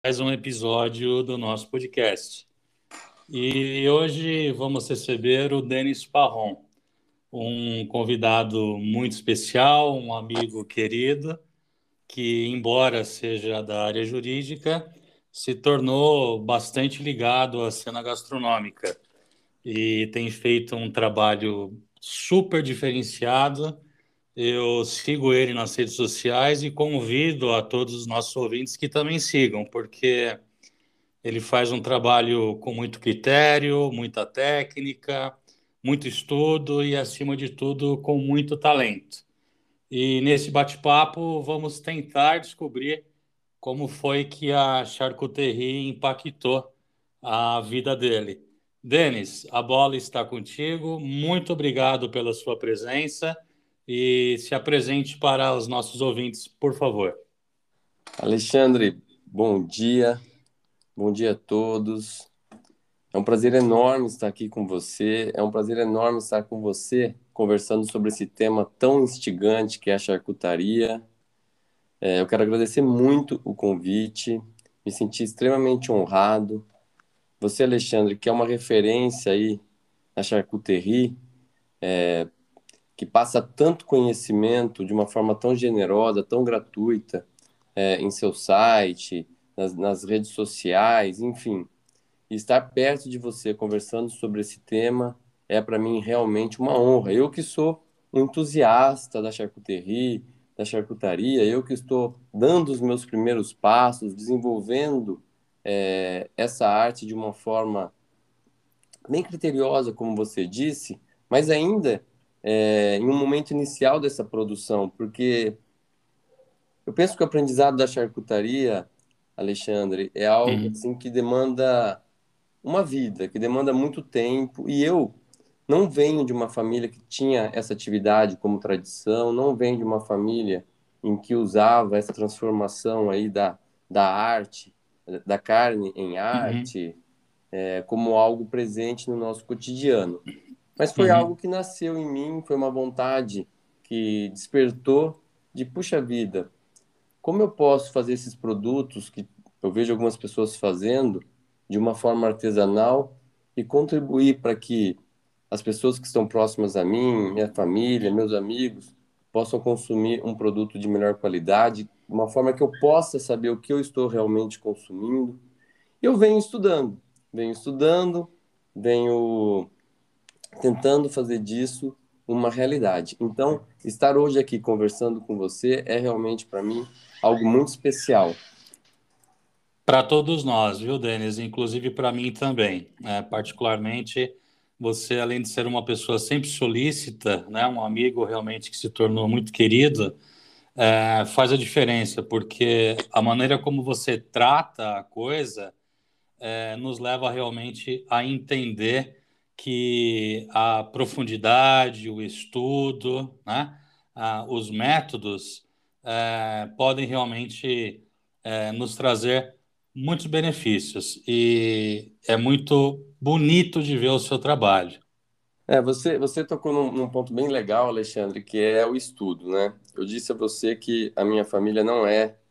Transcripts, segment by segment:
mais um episódio do nosso podcast. E hoje vamos receber o Denis Parron, um convidado muito especial, um amigo querido, que, embora seja da área jurídica, se tornou bastante ligado à cena gastronômica e tem feito um trabalho super diferenciado. Eu sigo ele nas redes sociais e convido a todos os nossos ouvintes que também sigam, porque ele faz um trabalho com muito critério, muita técnica, muito estudo e, acima de tudo, com muito talento. E nesse bate-papo vamos tentar descobrir como foi que a charcuterie impactou a vida dele. Denis, a bola está contigo. Muito obrigado pela sua presença e se apresente para os nossos ouvintes, por favor. Alexandre, bom dia a todos. É um prazer enorme estar aqui com você. É um prazer enorme estar com você conversando sobre esse tema tão instigante que é a charcutaria. Eu quero agradecer muito o convite, me senti extremamente honrado. Você, Alexandre, que é uma referência aí na charcuterie, que passa tanto conhecimento de uma forma tão generosa, tão gratuita, em seu site, nas redes sociais, enfim. E estar perto de você conversando sobre esse tema é para mim realmente uma honra. Eu que sou um entusiasta da charcuterie, da charcutaria, eu que estou dando os meus primeiros passos, desenvolvendo essa arte de uma forma bem criteriosa, como você disse, mas ainda em um momento inicial dessa produção, porque eu penso que o aprendizado da charcutaria, Alexandre, é algo Uhum. assim que demanda uma vida, que demanda muito tempo, e eu não venho de uma família que tinha essa atividade como tradição, não venho de uma família em que usava essa transformação aí da arte, da carne em Uhum. arte, como algo presente no nosso cotidiano. Mas foi algo Uhum. que nasceu em mim, foi uma vontade que despertou de, puxa vida, como eu posso fazer esses produtos que eu vejo algumas pessoas fazendo de uma forma artesanal e contribuir para que as pessoas que estão próximas a mim, minha família, meus amigos, possam consumir um produto de melhor qualidade, de uma forma que eu possa saber o que eu estou realmente consumindo. E eu venho estudando, venho tentando fazer disso uma realidade. Então, estar hoje aqui conversando com você é realmente para mim algo muito especial. Para todos nós, viu, Denis? Inclusive para mim também. Particularmente, você, além de ser uma pessoa sempre solícita, né, um amigo realmente que se tornou muito querido, faz a diferença, porque a maneira como você trata a coisa nos leva realmente a entender que a profundidade, o estudo, né, os métodos podem realmente nos trazer muitos benefícios. E é muito bonito de ver o seu trabalho. Você tocou num ponto bem legal, Alexandre, que é o estudo, né? Eu disse a você que a minha família não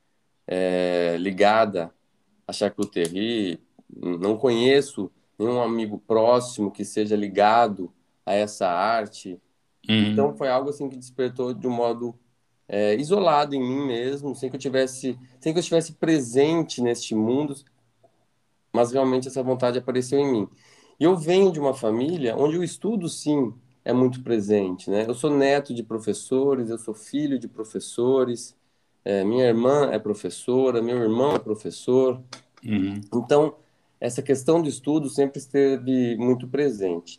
é ligada à charcuterie, não conheço nenhum amigo próximo que seja ligado a essa arte. Então Uhum. foi algo assim que despertou de um modo isolado em mim mesmo, sem que eu estivesse presente neste mundo, mas realmente essa vontade apareceu em mim. E eu venho de uma família onde o estudo, sim, é muito presente, né? Eu sou neto de professores, eu sou filho de professores, minha irmã é professora, meu irmão é professor. Uhum. Então, essa questão do estudo sempre esteve muito presente.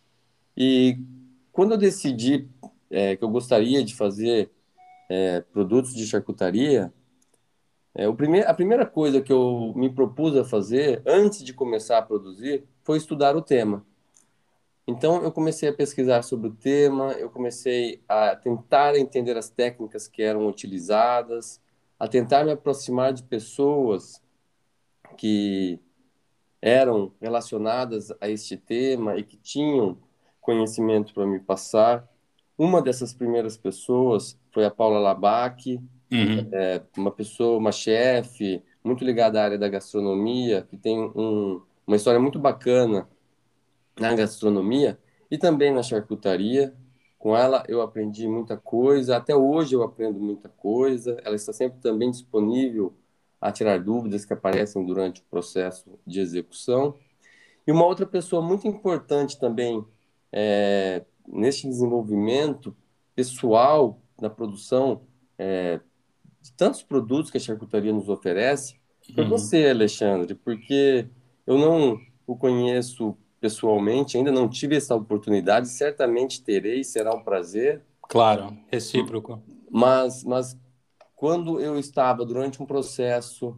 E quando eu decidi que eu gostaria de fazer produtos de charcutaria, a primeira coisa que eu me propus a fazer antes de começar a produzir foi estudar o tema. Então, eu comecei a pesquisar sobre o tema, eu comecei a tentar entender as técnicas que eram utilizadas, a tentar me aproximar de pessoas que eram relacionadas a este tema e que tinham conhecimento para me passar. Uma dessas primeiras pessoas foi a Paula Labac, Uhum. uma pessoa, uma chefe, muito ligada à área da gastronomia, que tem uma história muito bacana na gastronomia e também na charcutaria. Com ela eu aprendi muita coisa, até hoje eu aprendo muita coisa. Ela está sempre também disponível a tirar dúvidas que aparecem durante o processo de execução. E uma outra pessoa muito importante também neste desenvolvimento pessoal na produção de tantos produtos que a charcutaria nos oferece foi Uhum. você, Alexandre, porque eu não o conheço pessoalmente, ainda não tive essa oportunidade, certamente terei, será um prazer, Claro, recíproco. mas quando eu estava durante um processo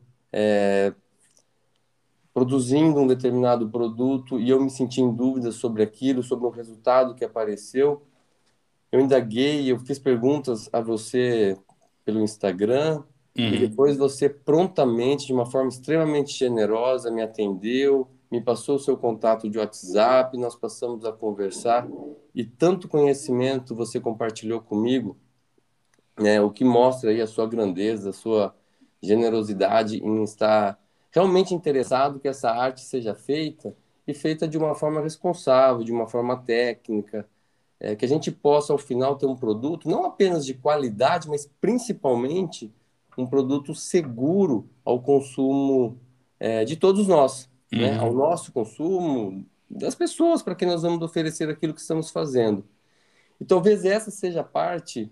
produzindo um determinado produto e eu me senti em dúvida sobre aquilo, sobre o resultado que apareceu, eu indaguei, eu fiz perguntas a você pelo Instagram e Uhum. depois você prontamente, de uma forma extremamente generosa, me atendeu, me passou o seu contato de WhatsApp, nós passamos a conversar e tanto conhecimento você compartilhou comigo, né, o que mostra aí a sua grandeza, a sua generosidade em estar realmente interessado que essa arte seja feita e feita de uma forma responsável, de uma forma técnica, que a gente possa, ao final, ter um produto não apenas de qualidade, mas principalmente um produto seguro ao consumo de todos nós, né? Ao Uhum. nosso consumo, das pessoas para quem nós vamos oferecer aquilo que estamos fazendo. E talvez essa seja a parte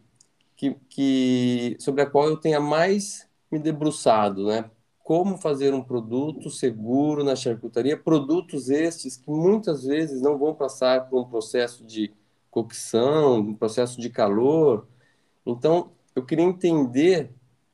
sobre a qual eu tenha mais me debruçado, né? Como fazer um produto seguro na charcutaria, produtos estes que muitas vezes não vão passar por um processo de cocção, um processo de calor. Então, eu queria entender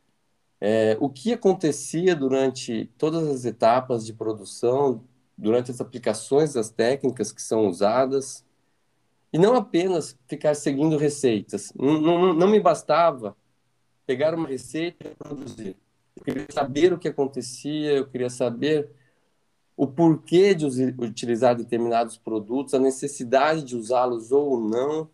o que acontecia durante todas as etapas de produção, durante as aplicações das técnicas que são usadas, e não apenas ficar seguindo receitas. Não me bastava pegar uma receita e produzir. Eu queria saber o que acontecia, eu queria saber o porquê de utilizar determinados produtos, a necessidade de usá-los ou não.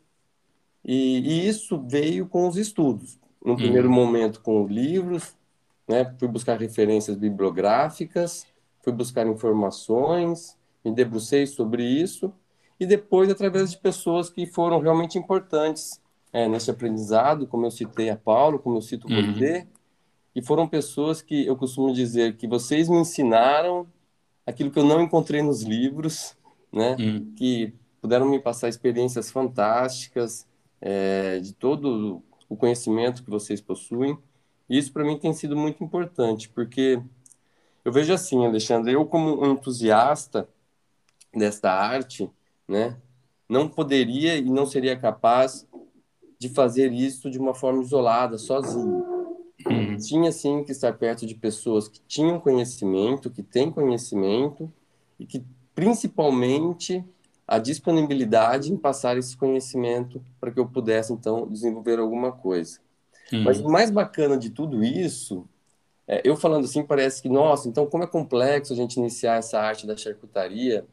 E isso veio com os estudos. No primeiro Uhum. momento, com livros, né? Fui buscar referências bibliográficas, fui buscar informações, me debrucei sobre isso, e depois, através de pessoas que foram realmente importantes nesse aprendizado, como eu citei a Paulo, como eu cito Uhum. você, e foram pessoas que eu costumo dizer que vocês me ensinaram aquilo que eu não encontrei nos livros, né? Uhum. Que puderam me passar experiências fantásticas, de todo o conhecimento que vocês possuem. E isso para mim tem sido muito importante, porque eu vejo assim, Alexandre, eu como um entusiasta desta arte, né? Não poderia e não seria capaz de fazer isso de uma forma isolada, sozinho. Uhum. Tinha sim que estar perto de pessoas que tinham conhecimento, que têm conhecimento e que principalmente a disponibilidade em passar esse conhecimento para que eu pudesse então desenvolver alguma coisa. Mas o Uhum. mais bacana de tudo isso, eu falando assim parece que nossa, então como é complexo a gente iniciar essa arte da charcutaria,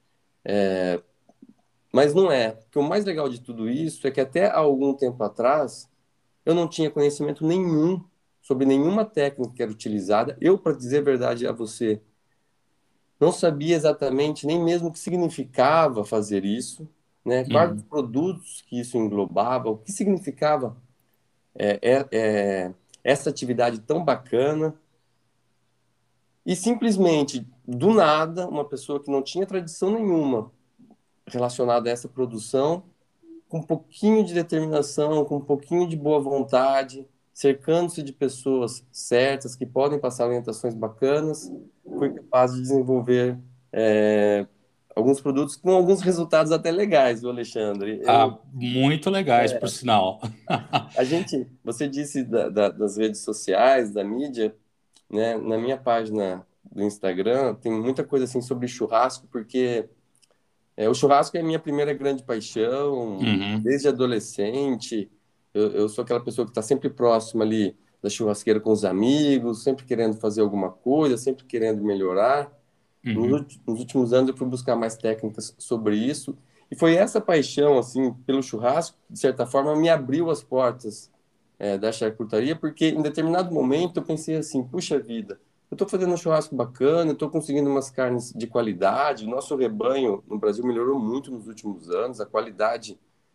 mas não é. Porque o mais legal de tudo isso é que até há algum tempo atrás eu não tinha conhecimento nenhum sobre nenhuma técnica que era utilizada. Eu, para dizer a verdade a você, não sabia exatamente nem mesmo o que significava fazer isso, né? Quais os Uhum. produtos que isso englobava, o que significava é, é, é, essa atividade tão bacana. E simplesmente, do nada, uma pessoa que não tinha tradição nenhuma relacionada a essa produção com um pouquinho de determinação, com um pouquinho de boa vontade, cercando-se de pessoas certas que podem passar orientações bacanas, foi capaz de desenvolver alguns produtos com alguns resultados até legais, viu, Alexandre? Ah, muito legais, por sinal. Você disse das redes sociais, da mídia, né? Na minha página do Instagram tem muita coisa assim sobre churrasco, porque o churrasco é a minha primeira grande paixão, Uhum. desde adolescente. Eu sou aquela pessoa que está sempre próxima ali da churrasqueira com os amigos, sempre querendo fazer alguma coisa, sempre querendo melhorar. Uhum. Nos últimos anos eu fui buscar mais técnicas sobre isso. E foi essa paixão, assim, pelo churrasco, que, de certa forma, me abriu as portas da charcutaria, porque em determinado momento eu pensei assim, puxa vida, eu estou fazendo um churrasco bacana, eu estou conseguindo umas carnes de qualidade. O nosso rebanho no Brasil melhorou muito nos últimos anos, a qualidade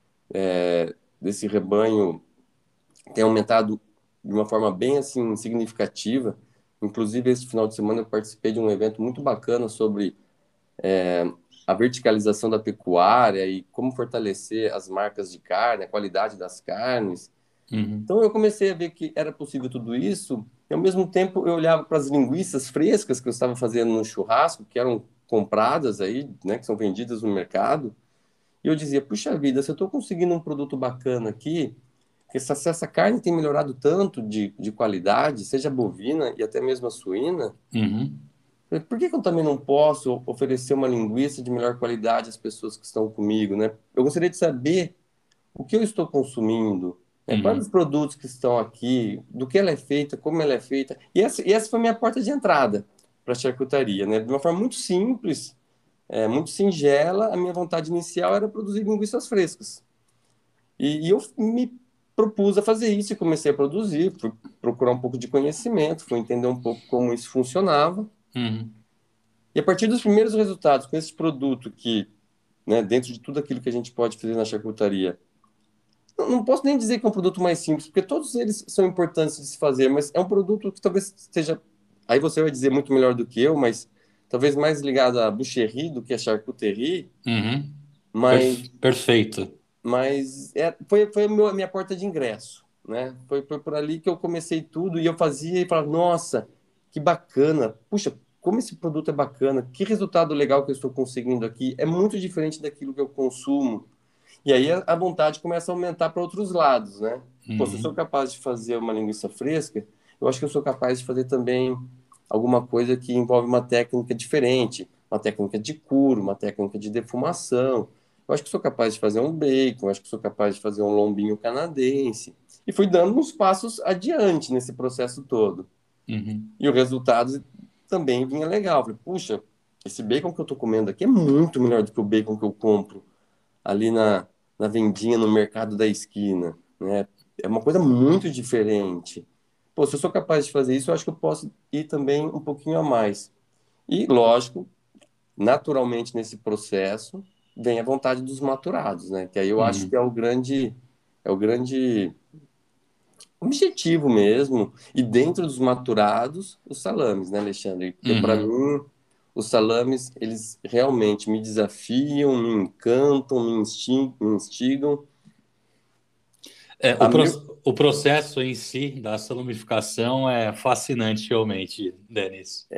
desse rebanho tem aumentado de uma forma bem assim significativa. Inclusive, esse final de semana eu participei de um evento muito bacana sobre a verticalização da pecuária e como fortalecer as marcas de carne, a qualidade das carnes. Uhum. Então eu comecei a ver que era possível tudo isso, e ao mesmo tempo eu olhava para as linguiças frescas que eu estava fazendo no churrasco, que eram compradas aí, né, que são vendidas no mercado, e eu dizia, puxa vida, se eu estou conseguindo um produto bacana aqui, que se essa carne tem melhorado tanto de qualidade, seja bovina e até mesmo a suína, Uhum. por que que eu também não posso oferecer uma linguiça de melhor qualidade às pessoas que estão comigo, né? Eu gostaria de saber o que eu estou consumindo, né? Quais os Uhum. produtos que estão aqui, do que ela é feita, como ela é feita. E essa foi a minha porta de entrada para a charcutaria, né? De uma forma muito simples, muito singela, a minha vontade inicial era produzir linguiças frescas. E eu me propus a fazer isso e comecei a produzir, fui procurar um pouco de conhecimento, fui entender um pouco como isso funcionava. Uhum. E a partir dos primeiros resultados com esse produto que, né, dentro de tudo aquilo que a gente pode fazer na charcutaria, não posso nem dizer que é um produto mais simples, porque todos eles são importantes de se fazer, mas é um produto que talvez seja. Aí você vai dizer muito melhor do que eu, mas talvez mais ligado à boucherie do que à charcuterie, Uhum. mas, Perfeito. foi a minha porta de ingresso, né? Foi por ali que eu comecei tudo e eu fazia e falava, nossa, que bacana, puxa, como esse produto é bacana, que resultado legal que eu estou conseguindo aqui, é muito diferente daquilo que eu consumo. E aí a vontade começa a aumentar para outros lados, né? Pô, se eu sou Uhum. capaz de fazer uma linguiça fresca, eu acho que eu sou capaz de fazer também alguma coisa que envolve uma técnica diferente, uma técnica de curo, uma técnica de defumação. Eu acho que sou capaz de fazer um bacon, eu acho que sou capaz de fazer um lombinho canadense. E fui dando uns passos adiante nesse processo todo. Uhum. E o resultado também vinha legal. Falei, puxa, esse bacon que eu estou comendo aqui é muito melhor do que o bacon que eu compro ali na vendinha no mercado da esquina, né? É uma coisa muito diferente. Pô, se eu sou capaz de fazer isso, eu acho que eu posso ir também um pouquinho a mais. E, lógico, naturalmente nesse processo vem a vontade dos maturados, né? Que aí eu acho que Uhum. é o grande objetivo mesmo. E dentro dos maturados, os salames, né, Alexandre? Porque para Uhum. mim os salames, eles realmente me desafiam, me encantam, me instigam. O, A meu, o processo em si da salumificação é fascinante, realmente, Denis.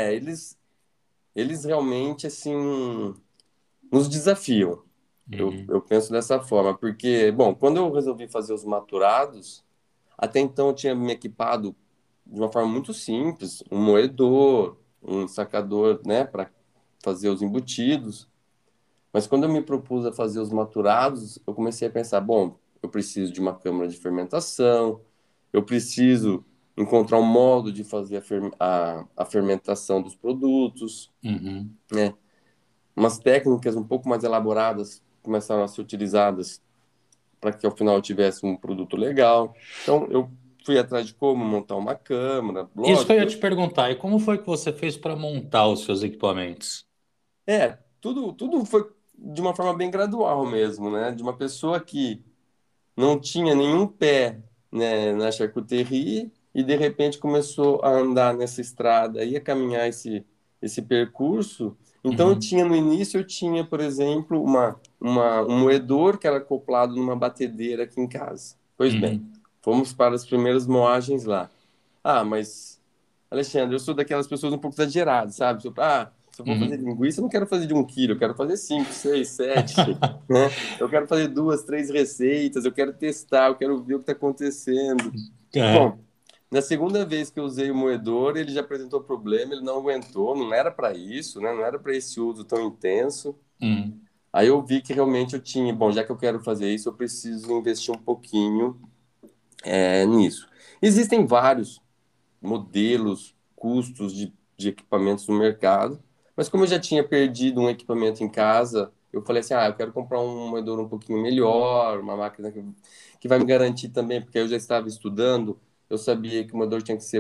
eles realmente, assim, nos desafiam. Eu Uhum. penso dessa forma, porque, bom, quando eu resolvi fazer os maturados, até então eu tinha me equipado de uma forma muito simples, um moedor, um sacador, né, para fazer os embutidos. Mas quando eu me propus a fazer os maturados, eu comecei a pensar, bom, eu preciso de uma câmara de fermentação, eu preciso encontrar um modo de fazer a fermentação dos produtos, Uhum. né? Umas técnicas um pouco mais elaboradas começaram a ser utilizadas para que ao final eu tivesse um produto legal. Então eu fui atrás de como montar uma câmara, Isso que eu ia lógico. te perguntar, e como foi que você fez para montar os seus equipamentos? Tudo foi de uma forma bem gradual mesmo, né? De uma pessoa que não tinha nenhum pé, né, na charcuterie e de repente começou a andar nessa estrada e a caminhar esse percurso. Então Uhum. eu tinha, por exemplo, um moedor que era acoplado numa batedeira aqui em casa. Pois bem, Uhum. fomos para as primeiras moagens lá. Ah, mas Alexandre, eu sou daquelas pessoas um pouco exageradas, sabe? Se eu vou fazer Uhum. linguiça, eu não quero fazer de 1 quilo, eu quero fazer 5, 6, 7, né? Eu quero fazer 2, 3 receitas, eu quero testar, eu quero ver o que está acontecendo. É. Bom, na segunda vez que eu usei o moedor, ele já apresentou problema, ele não aguentou, não era para isso, né? Não era para esse uso tão intenso. Uhum. Aí eu vi que realmente eu tinha, bom, já que eu quero fazer isso, eu preciso investir um pouquinho nisso. Existem vários modelos, custos de equipamentos no mercado. Mas como eu já tinha perdido um equipamento em casa, eu falei assim, eu quero comprar um moedor um pouquinho melhor, uma máquina que vai me garantir também, porque eu já estava estudando, eu sabia que o moedor tinha que ser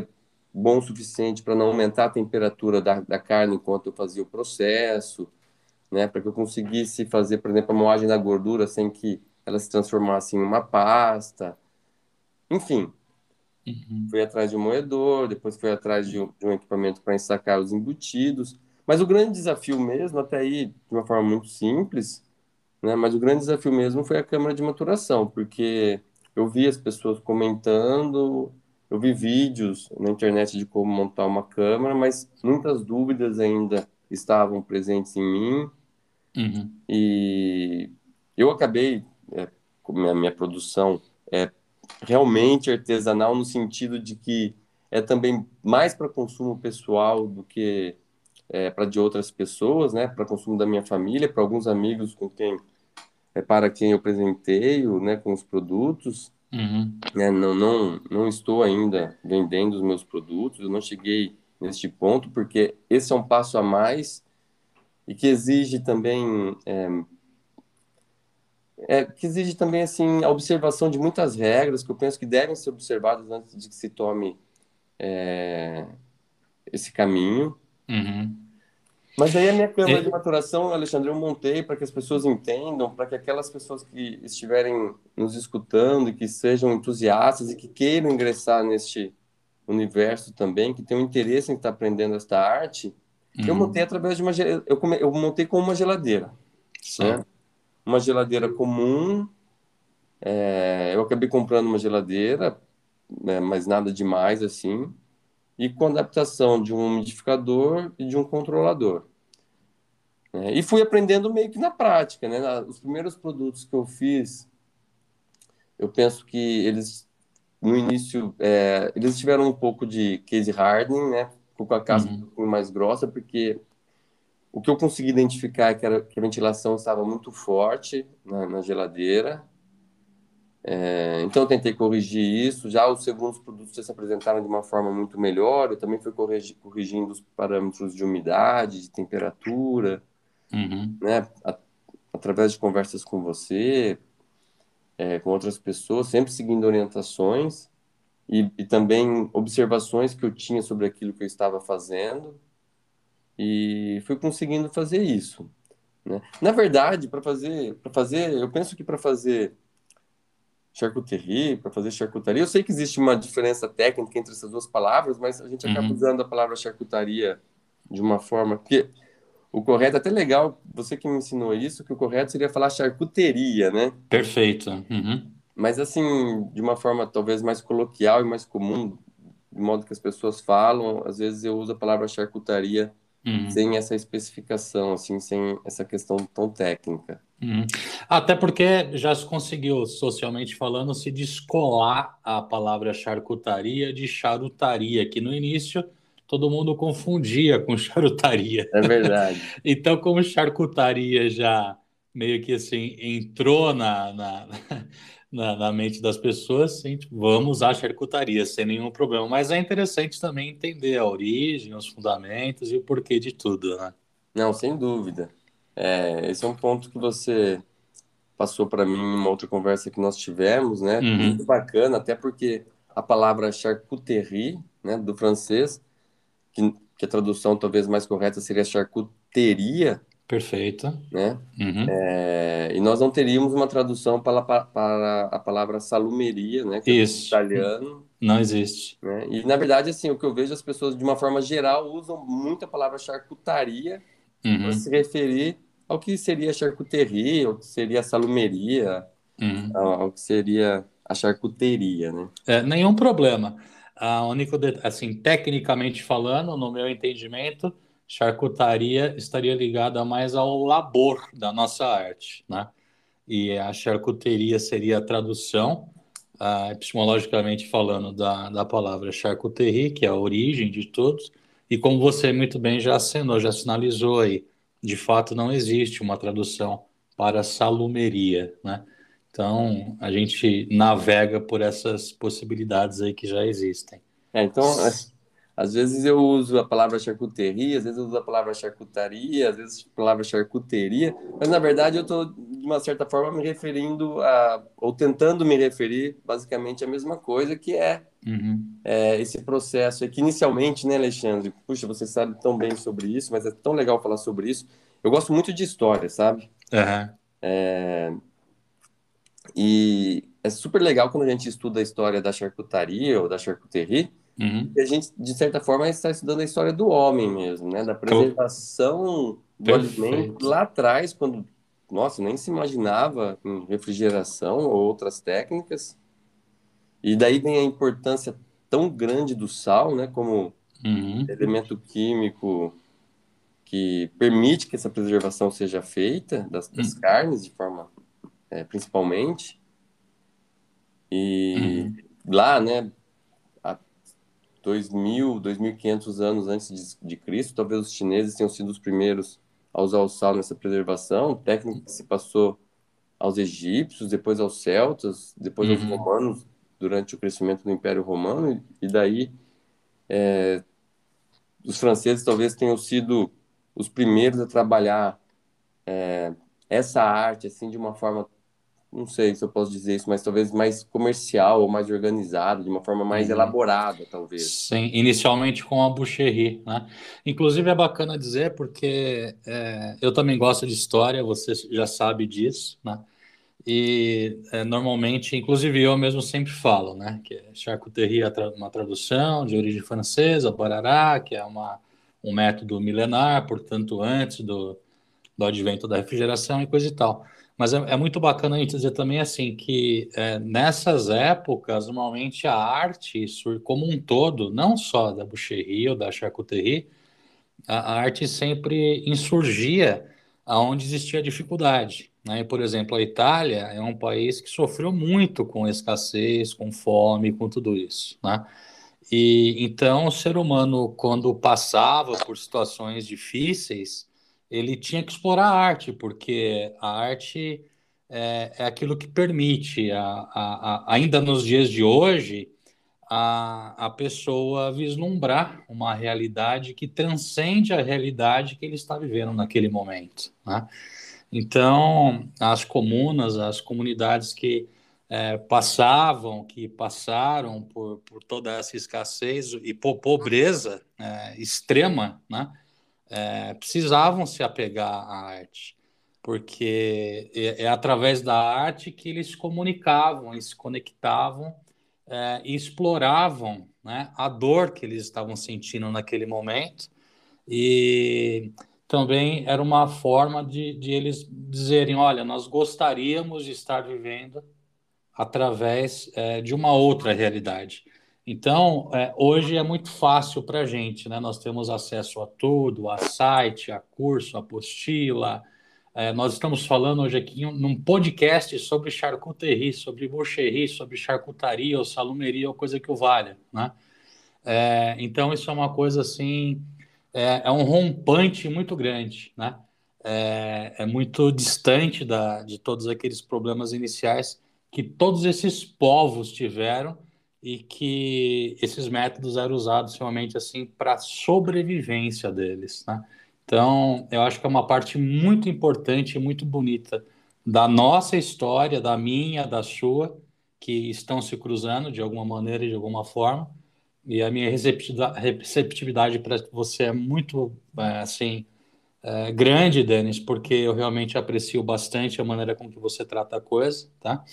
bom o suficiente para não aumentar a temperatura da carne enquanto eu fazia o processo, né? Para que eu conseguisse fazer, por exemplo, a moagem da gordura sem que ela se transformasse em uma pasta. Enfim, Uhum. fui atrás de um moedor, depois fui atrás de um equipamento para ensacar os embutidos. Mas o grande desafio mesmo, até aí de uma forma muito simples, né? Mas o grande desafio mesmo foi a câmara de maturação, porque eu vi as pessoas comentando, eu vi vídeos na internet de como montar uma câmara, mas muitas dúvidas ainda estavam presentes em mim Uhum. e eu acabei, com a minha produção é realmente artesanal no sentido de que é também mais para consumo pessoal do que para de outras pessoas, né? Para consumo da minha família, para alguns amigos com quem para quem eu presenteio, né, com os produtos, Uhum. né, não estou ainda vendendo os meus produtos, eu não cheguei neste ponto, porque esse é um passo a mais e que exige também, que exige também, assim, a observação de muitas regras que eu penso que devem ser observadas antes de que se tome esse caminho. Uhum. Mas daí a minha câmara de E- maturação, Alexandre, eu montei para que as pessoas entendam, para que aquelas pessoas que estiverem nos escutando e que sejam entusiastas e que queiram ingressar neste universo também, que tenham interesse em estar aprendendo esta arte, eu montei uhum. através de eu montei com uma geladeira, né? Sim. Uma geladeira comum, eu acabei comprando uma geladeira, né, mas nada demais assim, e com adaptação de um umidificador e de um controlador. E fui aprendendo meio que na prática, né? Os primeiros produtos que eu fiz, eu penso que eles, no início, eles tiveram um pouco de case hardening, né? Ficou com a casca um Uhum. pouco mais grossa, porque o que eu consegui identificar é que, que a ventilação estava muito forte na geladeira. Então, eu tentei corrigir isso. Já os segundos produtos já se apresentaram de uma forma muito melhor. Eu também fui corrigindo os parâmetros de umidade, de temperatura, Uhum. né? Através de conversas com você, com outras pessoas, sempre seguindo orientações e também observações que eu tinha sobre aquilo que eu estava fazendo e fui conseguindo fazer isso, né? Na verdade, eu penso que para fazer charcuterie, para fazer charcutaria, eu sei que existe uma diferença técnica entre essas duas palavras, mas a gente acaba Uhum. usando a palavra charcutaria de uma forma que o correto, até legal, você que me ensinou isso, que o correto seria falar charcuteria, né? Perfeito. Uhum. Mas assim, de uma forma talvez mais coloquial e mais comum, de modo que as pessoas falam, às vezes eu uso a palavra charcutaria Uhum. sem essa especificação, assim, sem essa questão tão técnica. Uhum. Até porque já se conseguiu, socialmente falando, se descolar a palavra charcutaria de charutaria, que no início todo mundo confundia com charutaria. É verdade. Então, como charcutaria já meio que assim entrou na mente das pessoas, gente, vamos usar charcutaria sem nenhum problema. Mas é interessante também entender a origem, os fundamentos e o porquê de tudo, né? Não, sem dúvida. Esse é um ponto que você passou para mim em uma outra conversa que nós tivemos, né? Muito Uhum. bacana, até porque a palavra charcuterie, né, do francês, que a tradução talvez mais correta seria charcuteria, Perfeito. né? Uhum. E nós não teríamos uma tradução para a palavra salumeria, né, que é do Isso. italiano, Não existe. né? E na verdade, assim, o que eu vejo as pessoas de uma forma geral usam muito a palavra charcutaria para se Uhum. referir ao que seria a charcuterie, ao que seria a salumeria, Uhum. ao que seria a charcuteria, né? É, nenhum problema. A único, assim, tecnicamente falando, no meu entendimento, charcutaria estaria ligada mais ao labor da nossa arte, né? E a charcuteria seria a tradução, epistemologicamente falando, da palavra charcuterie, que é a origem de todos. E como você muito bem já acenou, já sinalizou aí, de fato não existe uma tradução para salumeria, né? Então a gente navega por essas possibilidades aí que já existem. Então, às vezes eu uso a palavra charcuterie, às vezes eu uso a palavra charcutaria, às vezes a palavra charcuteria, mas na verdade eu estou, de uma certa forma, me referindo a, ou tentando me referir basicamente à mesma coisa, que é Uhum. esse processo aqui, inicialmente, né, Alexandre? Puxa, você sabe tão bem sobre isso, mas é tão legal falar sobre isso. Eu gosto muito de história, sabe? Aham. E é super legal quando a gente estuda a história da charcutaria ou da charcuterie, Uhum. e a gente, de certa forma, está estudando a história do homem mesmo, né? Da Cl- preservação do alimento Perfeito. lá atrás, quando, nossa, nem se imaginava em refrigeração ou outras técnicas. E daí vem a importância tão grande do sal, né? Como Uhum. elemento químico que permite que essa preservação seja feita das Uhum. carnes, de forma, principalmente. E Uhum. lá, né? Há 2.500 anos antes de Cristo, talvez os chineses tenham sido os primeiros a usar o sal nessa preservação, técnica que se passou aos egípcios, depois aos celtas, depois aos Uhum. romanos, durante o crescimento do Império Romano, e daí os franceses talvez tenham sido os primeiros a trabalhar essa arte assim de uma forma, não sei se eu posso dizer isso, mas talvez mais comercial ou mais organizada, de uma forma mais Uhum. elaborada, talvez. Sim, inicialmente com a Boucherie, né? Inclusive é bacana dizer porque eu também gosto de história, você já sabe disso, né? E normalmente, inclusive eu mesmo sempre falo, né? Que charcuterie é uma tradução de origem francesa, barará, que é um método milenar, portanto antes do advento da refrigeração e coisa e tal. Mas é muito bacana a gente dizer também assim que nessas épocas, normalmente a arte como um todo, não só da boucherie ou da charcuterie, a arte sempre insurgia aonde existia dificuldade, né? Por exemplo, a Itália é um país que sofreu muito com escassez, com fome, com tudo isso, né? E então o ser humano, quando passava por situações difíceis, ele tinha que explorar a arte, porque a arte é aquilo que permite, ainda nos dias de hoje, a pessoa vislumbrar uma realidade que transcende a realidade que ele está vivendo naquele momento, né? Então, as comunas, as comunidades que que passaram por toda essa escassez e por pobreza extrema, né? Precisavam se apegar à arte, porque é através da arte que eles se comunicavam, eles se conectavam e exploravam, né, a dor que eles estavam sentindo naquele momento e também era uma forma de eles dizerem, olha, nós gostaríamos de estar vivendo através de uma outra realidade. Então, hoje é muito fácil para a gente, né? Nós temos acesso a tudo, a site, a curso, a apostila. Nós estamos falando hoje aqui num podcast sobre charcuterie, sobre boucherie, sobre charcutaria ou salumeria ou coisa que o valha, né? Então, isso é uma coisa assim, é um rompante muito grande, né? É muito distante de todos aqueles problemas iniciais que todos esses povos tiveram e que esses métodos eram usados realmente assim para a sobrevivência deles, né? Então, eu acho que é uma parte muito importante e muito bonita da nossa história, da minha, da sua, que estão se cruzando de alguma maneira e de alguma forma. E a minha receptividade para você é muito, assim, grande, Denis, porque eu realmente aprecio bastante a maneira com que você trata a coisa, tá?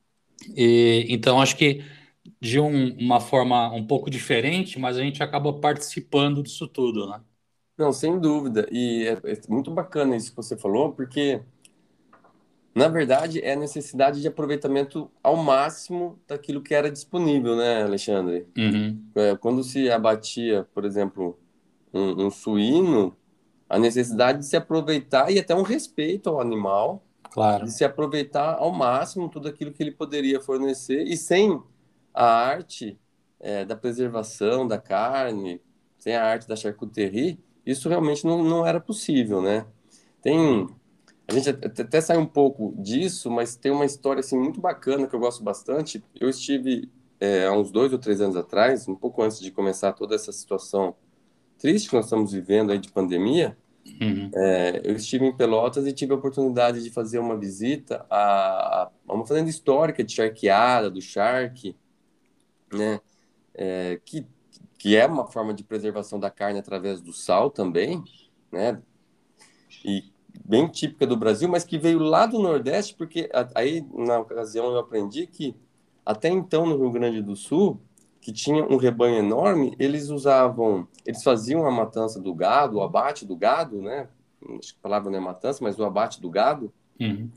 E então acho que de uma forma um pouco diferente, mas a gente acaba participando disso tudo, né? Não, sem dúvida. E é muito bacana isso que você falou, porque, na verdade, é a necessidade de aproveitamento ao máximo daquilo que era disponível, né, Alexandre? Uhum, Quando se abatia, por exemplo, um suíno, a necessidade de se aproveitar e até um respeito ao animal, de claro. se aproveitar ao máximo tudo aquilo que ele poderia fornecer, e sem a arte, da preservação da carne, sem a arte da charcuterie, isso realmente não era possível, né? Tem, Uhum, a gente até sai um pouco disso, mas tem uma história assim muito bacana que eu gosto bastante. Eu estive há uns 2 ou 3 anos atrás, um pouco antes de começar toda essa situação triste que nós estamos vivendo aí de pandemia. uhum, Eu estive em Pelotas e tive a oportunidade de fazer uma visita a uma fazenda histórica de charqueada, do charque, né? que, que é uma forma de preservação da carne através do sal também, né? E bem típica do Brasil, mas que veio lá do Nordeste, porque aí, na ocasião, eu aprendi que até então, no Rio Grande do Sul, que tinha um rebanho enorme, eles faziam a matança do gado, o abate do gado, né? Acho que a palavra não é matança, mas o abate do gado, Uhum.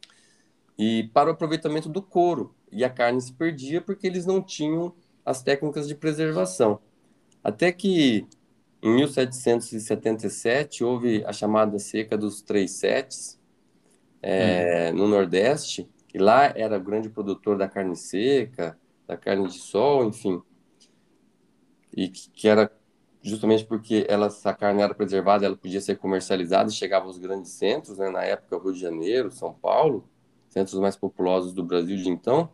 e para o aproveitamento do couro. E a carne se perdia porque eles não tinham as técnicas de preservação. Até que em 1777 houve a chamada seca dos Três Setes, Uhum. no Nordeste, e lá era o grande produtor da carne seca, da carne de sol, enfim, e que era justamente porque essa carne era preservada, ela podia ser comercializada e chegava aos grandes centros, né, na época Rio de Janeiro, São Paulo, centros mais populosos do Brasil de então.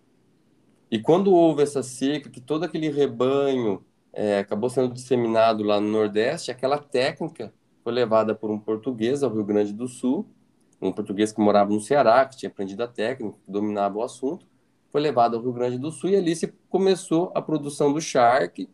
E quando houve essa seca, que todo aquele rebanho acabou sendo disseminado lá no Nordeste, aquela técnica foi levada por um português ao Rio Grande do Sul, um português que morava no Ceará, que tinha aprendido a técnica, que dominava o assunto, foi levado ao Rio Grande do Sul e ali se começou a produção do charque,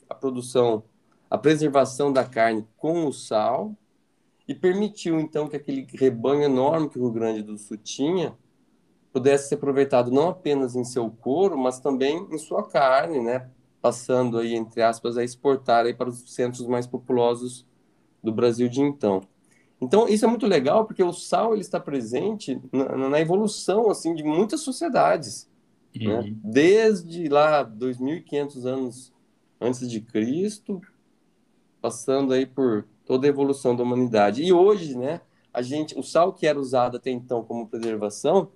a preservação da carne com o sal e permitiu então que aquele rebanho enorme que o Rio Grande do Sul tinha pudesse ser aproveitado não apenas em seu couro, mas também em sua carne, né? Passando aí, entre aspas, a exportar aí para os centros mais populosos do Brasil de então. Então, isso é muito legal porque o sal ele está presente na evolução assim de muitas sociedades, né? Uhum. Desde lá 2.500 anos antes de Cristo, passando aí por toda a evolução da humanidade. E hoje, né, o sal que era usado até então como preservação,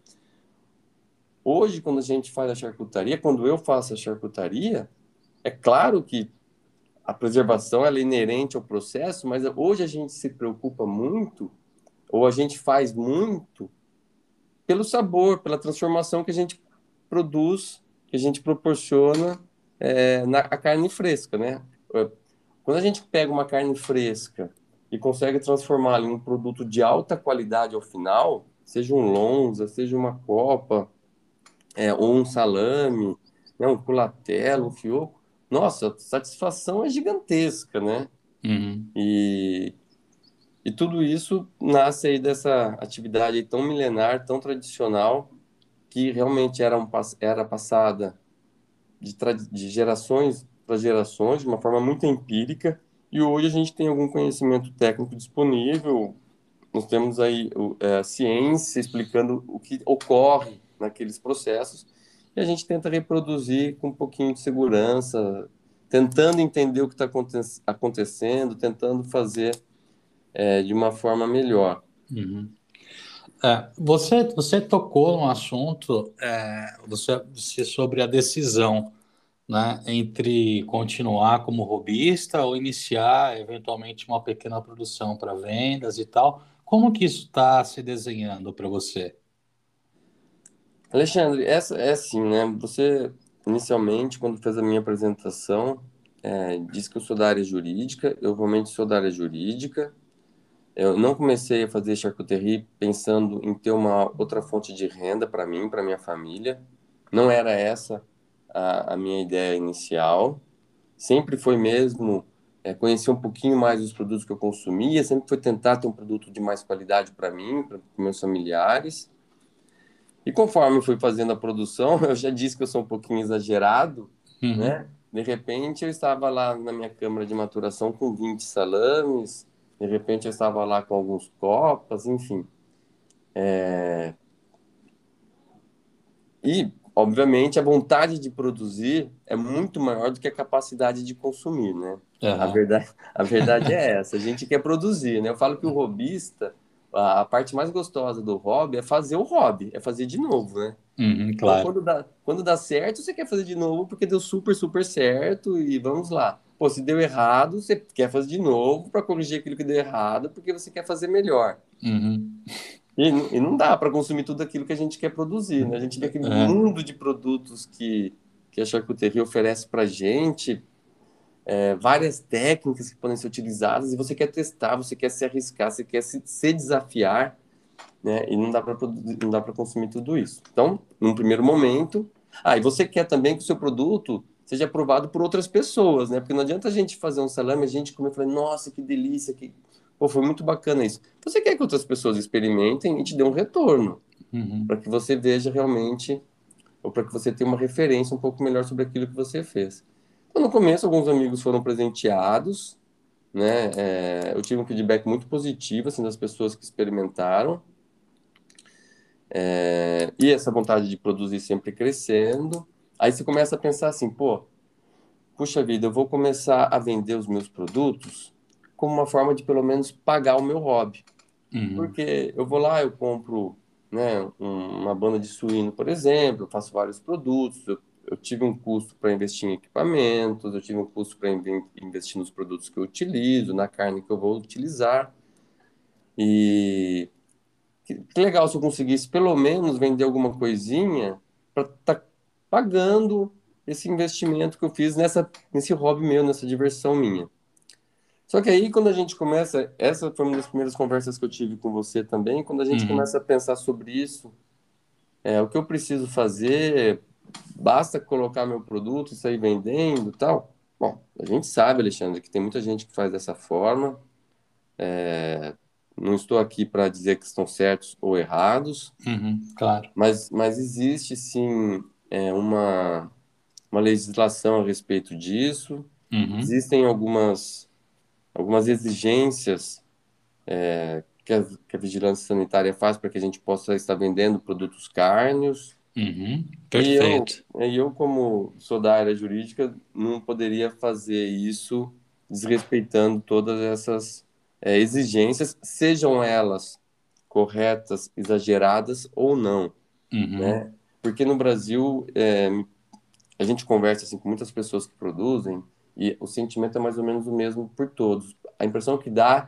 hoje, quando a gente faz a charcutaria, quando eu faço a charcutaria, é claro que a preservação ela é inerente ao processo, mas hoje a gente se preocupa muito, ou a gente faz muito, pelo sabor, pela transformação que a gente produz, que a gente proporciona na a carne fresca, né? Quando a gente pega uma carne fresca e consegue transformá-la em um produto de alta qualidade ao final, seja um lonza, seja uma copa, ou um salame, né, um culatelo, um fioco. Nossa, a satisfação é gigantesca, né? Uhum. E, e tudo isso nasce aí dessa atividade aí tão milenar, tão tradicional, que realmente era passada de gerações para gerações, de uma forma muito empírica, e hoje a gente tem algum conhecimento técnico disponível, nós temos aí a ciência explicando o que ocorre naqueles processos e a gente tenta reproduzir com um pouquinho de segurança, tentando entender o que está acontecendo, tentando fazer de uma forma melhor. Uhum. Você tocou no assunto, você sobre a decisão, né, entre continuar como hobbyista ou iniciar eventualmente uma pequena produção para vendas e tal. Como que isso está se desenhando para você? Alexandre, essa é assim, né? Você inicialmente, quando fez a minha apresentação, disse que eu sou da área jurídica. Eu realmente sou da área jurídica. Eu não comecei a fazer charcuterie pensando em ter uma outra fonte de renda para mim, para minha família. Não era essa a minha ideia inicial. Sempre foi mesmo conhecer um pouquinho mais os produtos que eu consumia, sempre foi tentar ter um produto de mais qualidade para mim, para meus familiares. E conforme fui fazendo a produção, eu já disse que eu sou um pouquinho exagerado, Uhum. né? De repente eu estava lá na minha câmara de maturação com 20 salames, de repente eu estava lá com alguns copas, enfim. E, obviamente, a vontade de produzir é muito maior do que a capacidade de consumir, né? A Aham. verdade, a verdade é essa, a gente quer produzir, né? Eu falo que o hobbyista, a parte mais gostosa do hobby é fazer o hobby, é fazer de novo, né? Uhum, Então, claro. quando dá certo, você quer fazer de novo porque deu super, super certo e vamos lá. Pô, se deu errado, você quer fazer de novo para corrigir aquilo que deu errado porque você quer fazer melhor. Uhum. E não dá para consumir tudo aquilo que a gente quer produzir, né? A gente vê aquele É. mundo de produtos que a charcuteria oferece para a gente, várias técnicas que podem ser utilizadas e você quer testar, você quer se arriscar, você quer se desafiar, né? E não dá para consumir tudo isso. Então, num primeiro momento, e você quer também que o seu produto seja aprovado por outras pessoas, né? Porque não adianta a gente fazer um salame, a gente comer e falar, nossa, que delícia, que... Pô, foi muito bacana isso. Você quer que outras pessoas experimentem e te dê um retorno, Uhum. para que você veja realmente, ou para que você tenha uma referência um pouco melhor sobre aquilo que você fez. Então, no começo, alguns amigos foram presenteados, né? Eu tive um feedback muito positivo, assim, das pessoas que experimentaram, e essa vontade de produzir sempre crescendo. Aí você começa a pensar assim, pô, puxa vida, eu vou começar a vender os meus produtos como uma forma de pelo menos pagar o meu hobby. Uhum. Porque eu vou lá, eu compro, né, uma banda de suíno, por exemplo, eu faço vários produtos, eu tive um custo para investir em equipamentos, eu tive um custo para investir nos produtos que eu utilizo, na carne que eu vou utilizar. E que legal se eu conseguisse pelo menos vender alguma coisinha para estar pagando esse investimento que eu fiz nesse hobby meu, nessa diversão minha. Só que aí, quando a gente começa, essa foi uma das primeiras conversas que eu tive com você também, quando a gente Uhum. começa a pensar sobre isso, o que eu preciso fazer, basta colocar meu produto e sair vendendo e tal. Bom, a gente sabe, Alexandre, que tem muita gente que faz dessa forma. Não estou aqui para dizer que estão certos ou errados, Uhum. Claro. mas existe sim uma legislação a respeito disso. Uhum. Existem algumas exigências que a vigilância sanitária faz para que a gente possa estar vendendo produtos cárneos. Uhum. E eu, Perfeito. e eu, como sou da área jurídica, não poderia fazer isso desrespeitando todas essas exigências, sejam elas corretas, exageradas ou não, Uhum. né? Porque no Brasil, a gente conversa assim, com muitas pessoas que produzem e o sentimento é mais ou menos o mesmo por todos. A impressão que dá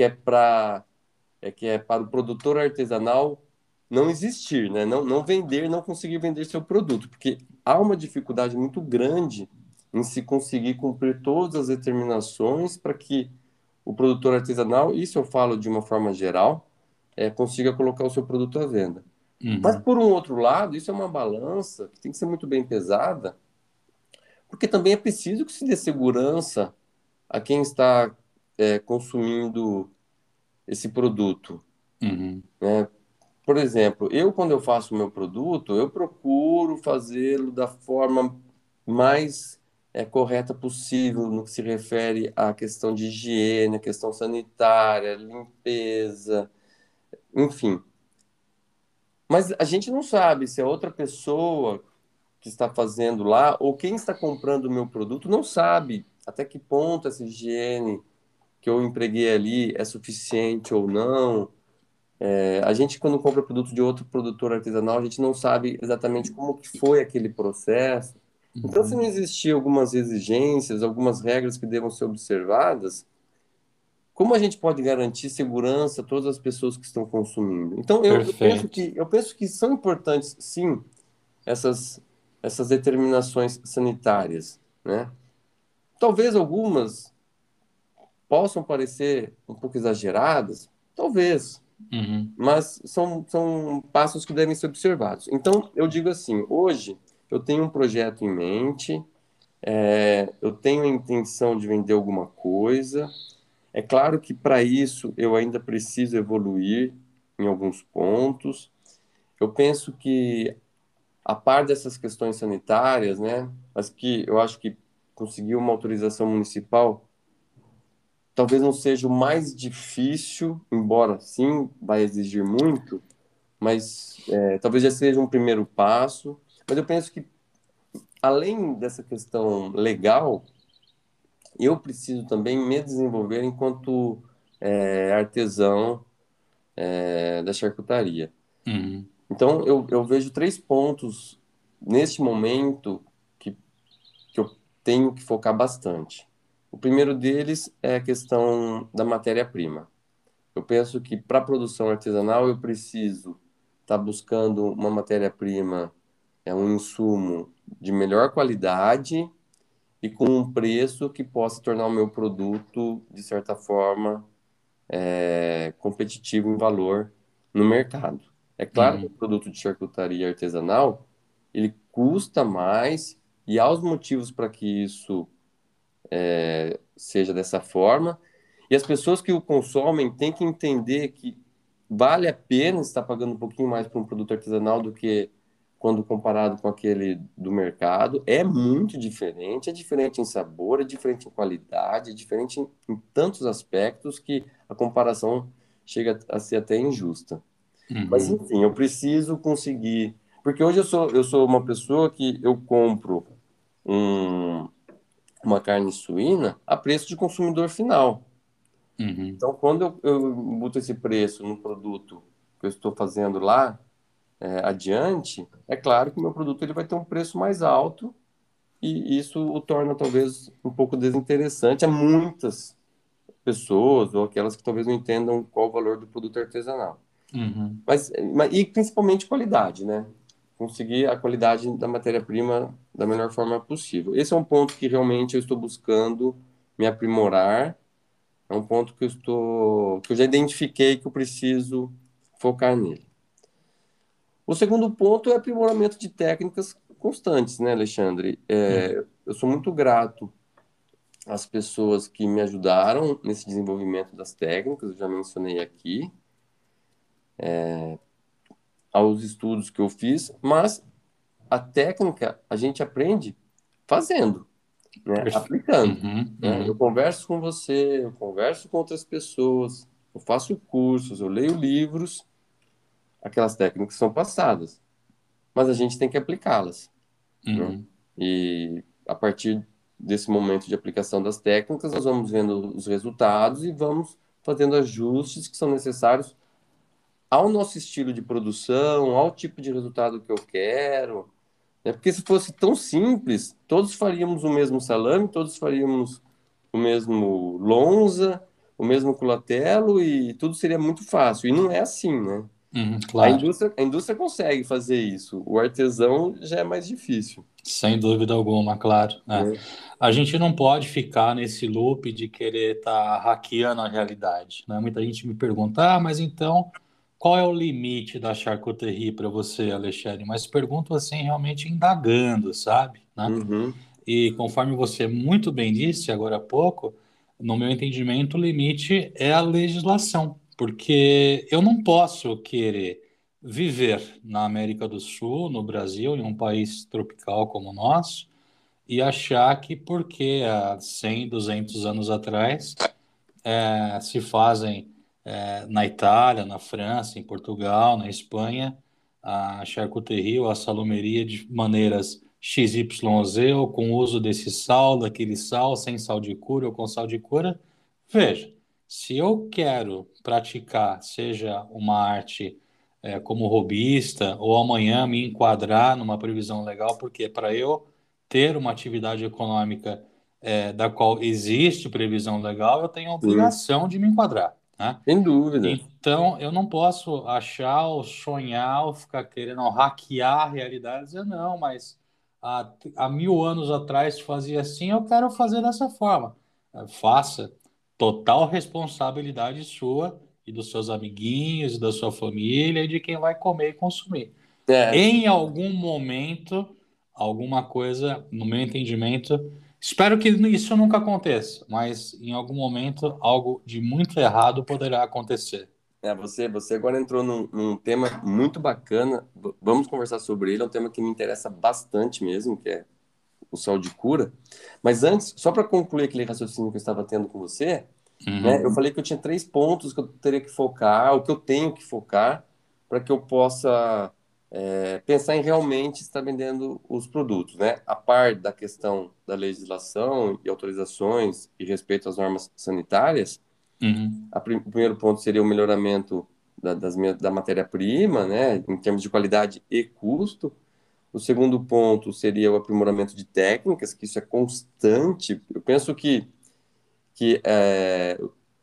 é para o produtor artesanal não existir, né? Não vender, não conseguir vender seu produto, porque há uma dificuldade muito grande em se conseguir cumprir todas as determinações para que o produtor artesanal, isso eu falo de uma forma geral, consiga colocar o seu produto à venda. Mas, Uhum. por um outro lado, isso é uma balança que tem que ser muito bem pesada, porque também é preciso que se dê segurança a quem está consumindo esse produto, Uhum. né? Por exemplo, quando eu faço o meu produto, eu procuro fazê-lo da forma mais correta possível no que se refere à questão de higiene, à questão sanitária, limpeza, enfim. Mas a gente não sabe se a outra pessoa que está fazendo lá ou quem está comprando o meu produto não sabe até que ponto essa higiene que eu empreguei ali é suficiente ou não. A gente, quando compra produto de outro produtor artesanal, a gente não sabe exatamente como que foi aquele processo. Então, se não Uhum. existir algumas exigências, algumas regras que devam ser observadas, como a gente pode garantir segurança a todas as pessoas que estão consumindo? Então, eu penso Perfeito. que são importantes, sim, essas, essas determinações sanitárias, né? Talvez algumas possam parecer um pouco exageradas, talvez, Uhum. mas são passos que devem ser observados. Então, eu digo assim: hoje eu tenho um projeto em mente, eu tenho a intenção de vender alguma coisa. É claro que para isso eu ainda preciso evoluir em alguns pontos. Eu penso que, a par dessas questões sanitárias, né, mas que eu acho que conseguir uma autorização municipal talvez não seja o mais difícil, embora sim vai exigir muito, mas talvez já seja um primeiro passo. Mas eu penso que, além dessa questão legal, eu preciso também me desenvolver enquanto artesão da charcutaria. Uhum. Então, eu vejo três pontos neste momento que, que eu tenho que focar bastante. O primeiro deles é a questão da matéria-prima. Eu penso que para a produção artesanal eu preciso estar buscando uma matéria-prima, um insumo de melhor qualidade e com um preço que possa tornar o meu produto, de certa forma, competitivo em valor no mercado. É claro que o Uhum. produto de charcutaria artesanal, ele custa mais e há os motivos para que isso seja dessa forma. E as pessoas que o consomem têm que entender que vale a pena estar pagando um pouquinho mais por um produto artesanal do que quando comparado com aquele do mercado. É muito diferente, é diferente em sabor, é diferente em qualidade, é diferente em tantos aspectos que a comparação chega a ser até injusta. Mas, Uhum. enfim, eu preciso conseguir. Porque hoje eu sou uma pessoa que eu compro um, uma carne suína a preço de consumidor final. Uhum. Então, quando eu boto esse preço no produto que eu estou fazendo lá adiante, é claro que o meu produto ele vai ter um preço mais alto e isso o torna talvez um pouco desinteressante a muitas pessoas ou aquelas que talvez não entendam qual o valor do produto artesanal. Uhum. E principalmente qualidade, né? Conseguir a qualidade da matéria-prima da melhor forma possível. Esse é um ponto que realmente eu estou buscando me aprimorar. É um ponto que eu já identifiquei que eu preciso focar nele. O segundo ponto é aprimoramento de técnicas constantes, né, Alexandre? Uhum. Eu sou muito grato às pessoas que me ajudaram nesse desenvolvimento das técnicas, eu já mencionei aqui, aos estudos que eu fiz, mas a técnica a gente aprende fazendo, né? Aplicando, Uhum. né? Eu Uhum. converso com você, eu converso com outras pessoas, eu faço cursos, eu leio livros, aquelas técnicas são passadas, mas a gente tem que aplicá-las, né? Uhum. E a partir desse momento de aplicação das técnicas, nós vamos vendo os resultados e vamos fazendo ajustes que são necessários ao nosso estilo de produção, ao tipo de resultado que eu quero, né? Porque se fosse tão simples, todos faríamos o mesmo salame, todos faríamos o mesmo lonza, o mesmo culatelo e tudo seria muito fácil. E não é assim, né? Uhum. A Claro. indústria, a indústria consegue fazer isso. O artesão já é mais difícil, Sem dúvida alguma, claro. É. né? A gente não pode ficar nesse loop de querer estar hackeando a realidade, né? Muita gente me pergunta, mas então qual é o limite da charcuterie para você, Alexandre? Mas pergunto assim, realmente indagando, sabe? Né? Uhum, E conforme você muito bem disse agora há pouco, no meu entendimento, o limite é a legislação, porque eu não posso querer viver na América do Sul, no Brasil, em um país tropical como o nosso, e achar que porque há 100, 200 anos atrás se fazem na Itália, na França, em Portugal, na Espanha, a charcuterie ou a salumeria de maneiras XYZ, ou com uso desse sal, daquele sal, sem sal de cura ou com sal de cura. Veja, se eu quero praticar, seja uma arte como hobbyista, ou amanhã me enquadrar numa previsão legal, porque para eu ter uma atividade econômica da qual existe previsão legal, eu tenho a sim, obrigação de me enquadrar, né? sem dúvida. Então, eu não posso achar ou sonhar ou ficar querendo hackear a realidade e dizer, não, mas há 1000 anos atrás se fazia assim, eu quero fazer dessa forma. Faça. Total responsabilidade sua e dos seus amiguinhos, e da sua família e de quem vai comer e consumir. É, Em algum momento, alguma coisa, no meu entendimento, espero que isso nunca aconteça, mas em algum momento algo de muito errado poderá acontecer. você agora entrou num tema muito bacana. Vamos conversar sobre ele. É um tema que me interessa bastante mesmo, que é o sal de cura. Mas antes, só para concluir aquele raciocínio que eu estava tendo com você, né? Eu Uhum, falei que eu tinha 3 pontos que eu teria que focar, o que eu tenho que focar, para que eu possa pensar em realmente estar vendendo os produtos, né? A par da questão da legislação e autorizações e respeito às normas sanitárias, uhum, o primeiro ponto seria o melhoramento da matéria-prima, né? Em termos de qualidade e custo. O segundo ponto seria o aprimoramento de técnicas, que isso é constante. Eu penso que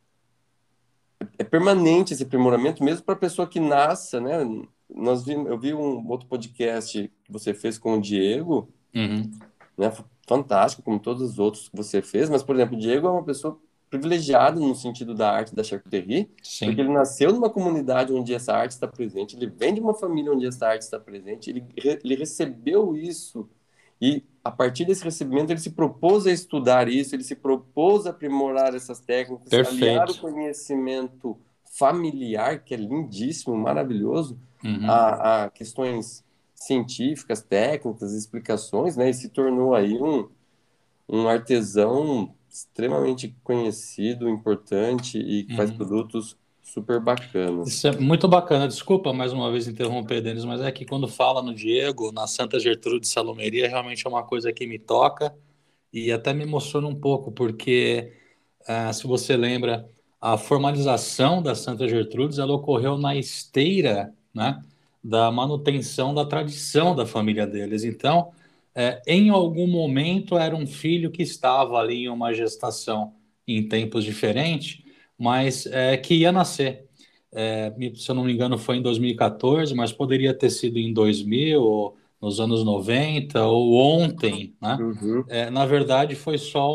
é permanente esse aprimoramento, mesmo para a pessoa que nasça, né? Eu vi um outro podcast que você fez com o Diego, uhum. né? Fantástico, como todos os outros que você fez, mas, por exemplo, o Diego é uma pessoa privilegiada no sentido da arte da charcuterie, porque ele Sim. nasceu numa comunidade onde essa arte está presente, ele vem de uma família onde essa arte está presente, ele recebeu isso E a partir desse recebimento, ele se propôs a estudar isso, ele se propôs a aprimorar essas técnicas, aliar o Perfeito. conhecimento familiar, que é lindíssimo, maravilhoso, Uhum. a questões científicas, técnicas, explicações, né? E se tornou aí um artesão extremamente conhecido, importante e que faz Uhum. produtos super bacanas. Isso é muito bacana. Desculpa mais uma vez interromper, Denis, mas é que quando fala no Diego, na Santa Gertrude Salomeria, realmente é uma coisa que me toca e até me emociona um pouco, porque se você lembra, a formalização da Santa Gertrudes ela ocorreu na esteira, né, da manutenção da tradição da família deles. Então, em algum momento era um filho que estava ali em uma gestação em tempos diferentes, mas que ia nascer. Se eu não me engano, foi em 2014, mas poderia ter sido em 2000, ou nos anos 90, ou ontem, né? Uhum. Na verdade, foi só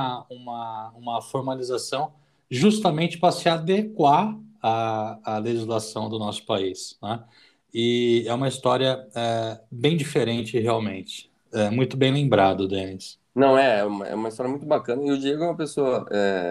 uma formalização justamente para se adequar à legislação do nosso país, né? E é uma história bem diferente, realmente. Muito bem lembrado, Denis. Não, é uma história muito bacana. E o Diego é uma pessoa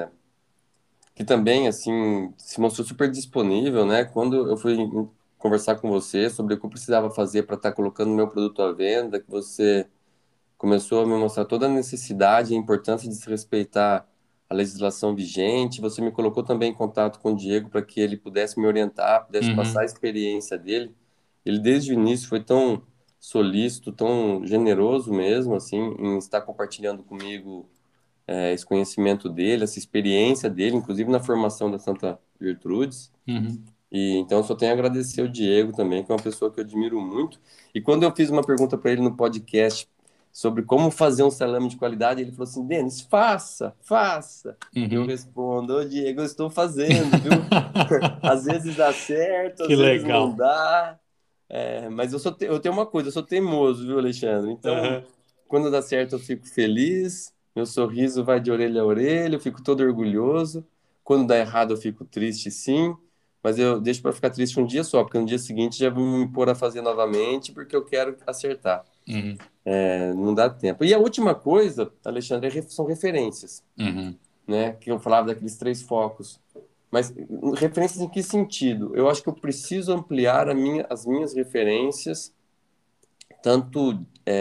que também, assim, se mostrou super disponível, né? Quando eu fui conversar com você sobre o que eu precisava fazer para estar colocando meu produto à venda, que você começou a me mostrar toda a necessidade e a importância de se respeitar a legislação vigente. Você me colocou também em contato com o Diego para que ele pudesse me orientar, pudesse passar a Uhum, experiência dele. Ele, desde o início, foi tão solícito, tão generoso mesmo, assim, em estar compartilhando comigo esse conhecimento dele, essa experiência dele, inclusive na formação da Santa Gertrudes. uhum, E então eu só tenho a agradecer o Diego também, que é uma pessoa que eu admiro muito. E quando eu fiz uma pergunta para ele no podcast sobre como fazer um salame de qualidade, ele falou assim: Denis, faça, faça. E eu uhum. respondo: Ô Diego, eu estou fazendo, viu? Às vezes dá certo, Que às vezes não legal. dá. Mas eu tenho uma coisa, eu sou teimoso, viu, Alexandre? Então, Uhum, quando dá certo, eu fico feliz, meu sorriso vai de orelha a orelha, eu fico todo orgulhoso. Quando dá errado, eu fico triste, sim, mas eu deixo para ficar triste um dia só, porque no dia seguinte já vou me pôr a fazer novamente, porque eu quero acertar. uhum, Não dá tempo. E a última coisa, Alexandre, são referências, uhum. né? Que eu falava daqueles 3 focos. Mas referências em que sentido? Eu acho que eu preciso ampliar as minhas referências, tanto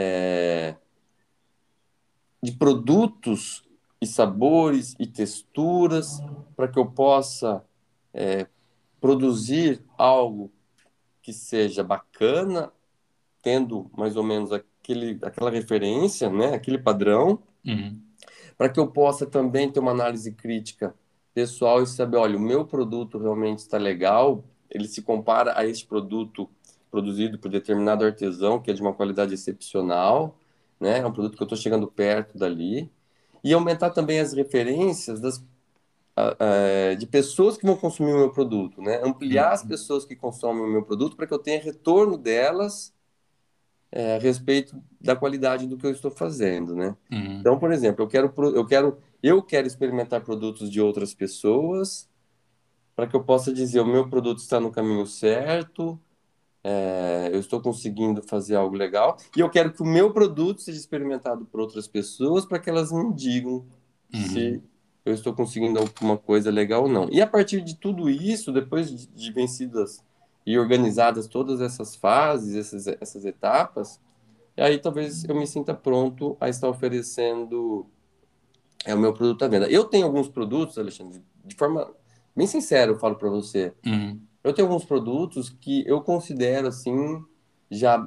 de produtos e sabores e texturas, para que eu possa produzir algo que seja bacana, tendo mais ou menos aquela referência, né, aquele padrão, Uhum, para que eu possa também ter uma análise crítica pessoal e saber, olha, o meu produto realmente está legal, ele se compara a este produto produzido por determinado artesão, que é de uma qualidade excepcional, né, é um produto que eu estou chegando perto dali, e aumentar também as referências de pessoas que vão consumir o meu produto, né? Ampliar as uhum, pessoas que consomem o meu produto para que eu tenha retorno delas a respeito da qualidade do que eu estou fazendo, né? uhum, Então, por exemplo, eu quero experimentar produtos de outras pessoas para que eu possa dizer o meu produto está no caminho certo, eu estou conseguindo fazer algo legal e eu quero que o meu produto seja experimentado por outras pessoas para que elas me digam se uhum, eu estou conseguindo alguma coisa legal ou não. E a partir de tudo isso, depois de vencidas e organizadas todas essas fases, essas etapas, aí talvez eu me sinta pronto a estar oferecendo o meu produto à venda. Eu tenho alguns produtos, Alexandre, de forma bem sincera, eu falo para você. uhum, Eu tenho alguns produtos que eu considero assim já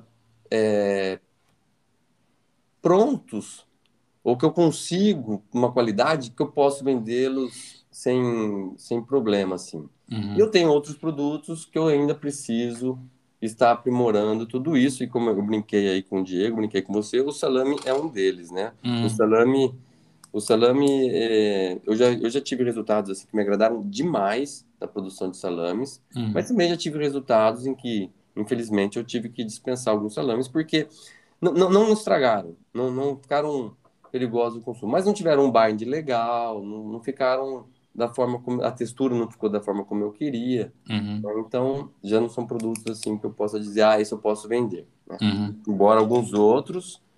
prontos ou que eu consigo uma qualidade que eu posso vendê-los sem problema, assim. E eu uhum, tenho outros produtos que eu ainda preciso estar aprimorando tudo isso, e como eu brinquei aí com o Diego, brinquei com você, o salame é um deles, né? O uhum, salame, o salame, eu já tive resultados assim que me agradaram demais da produção de salames, mas uhum, também já tive resultados em que, infelizmente, eu tive que dispensar alguns salames porque não estragaram, não ficaram perigosos no consumo, mas não tiveram um bind legal, não ficaram da forma como a textura não ficou da forma como eu queria. uhum, Então, já não são produtos assim que eu possa dizer, isso eu posso vender, né? uhum. Embora alguns outros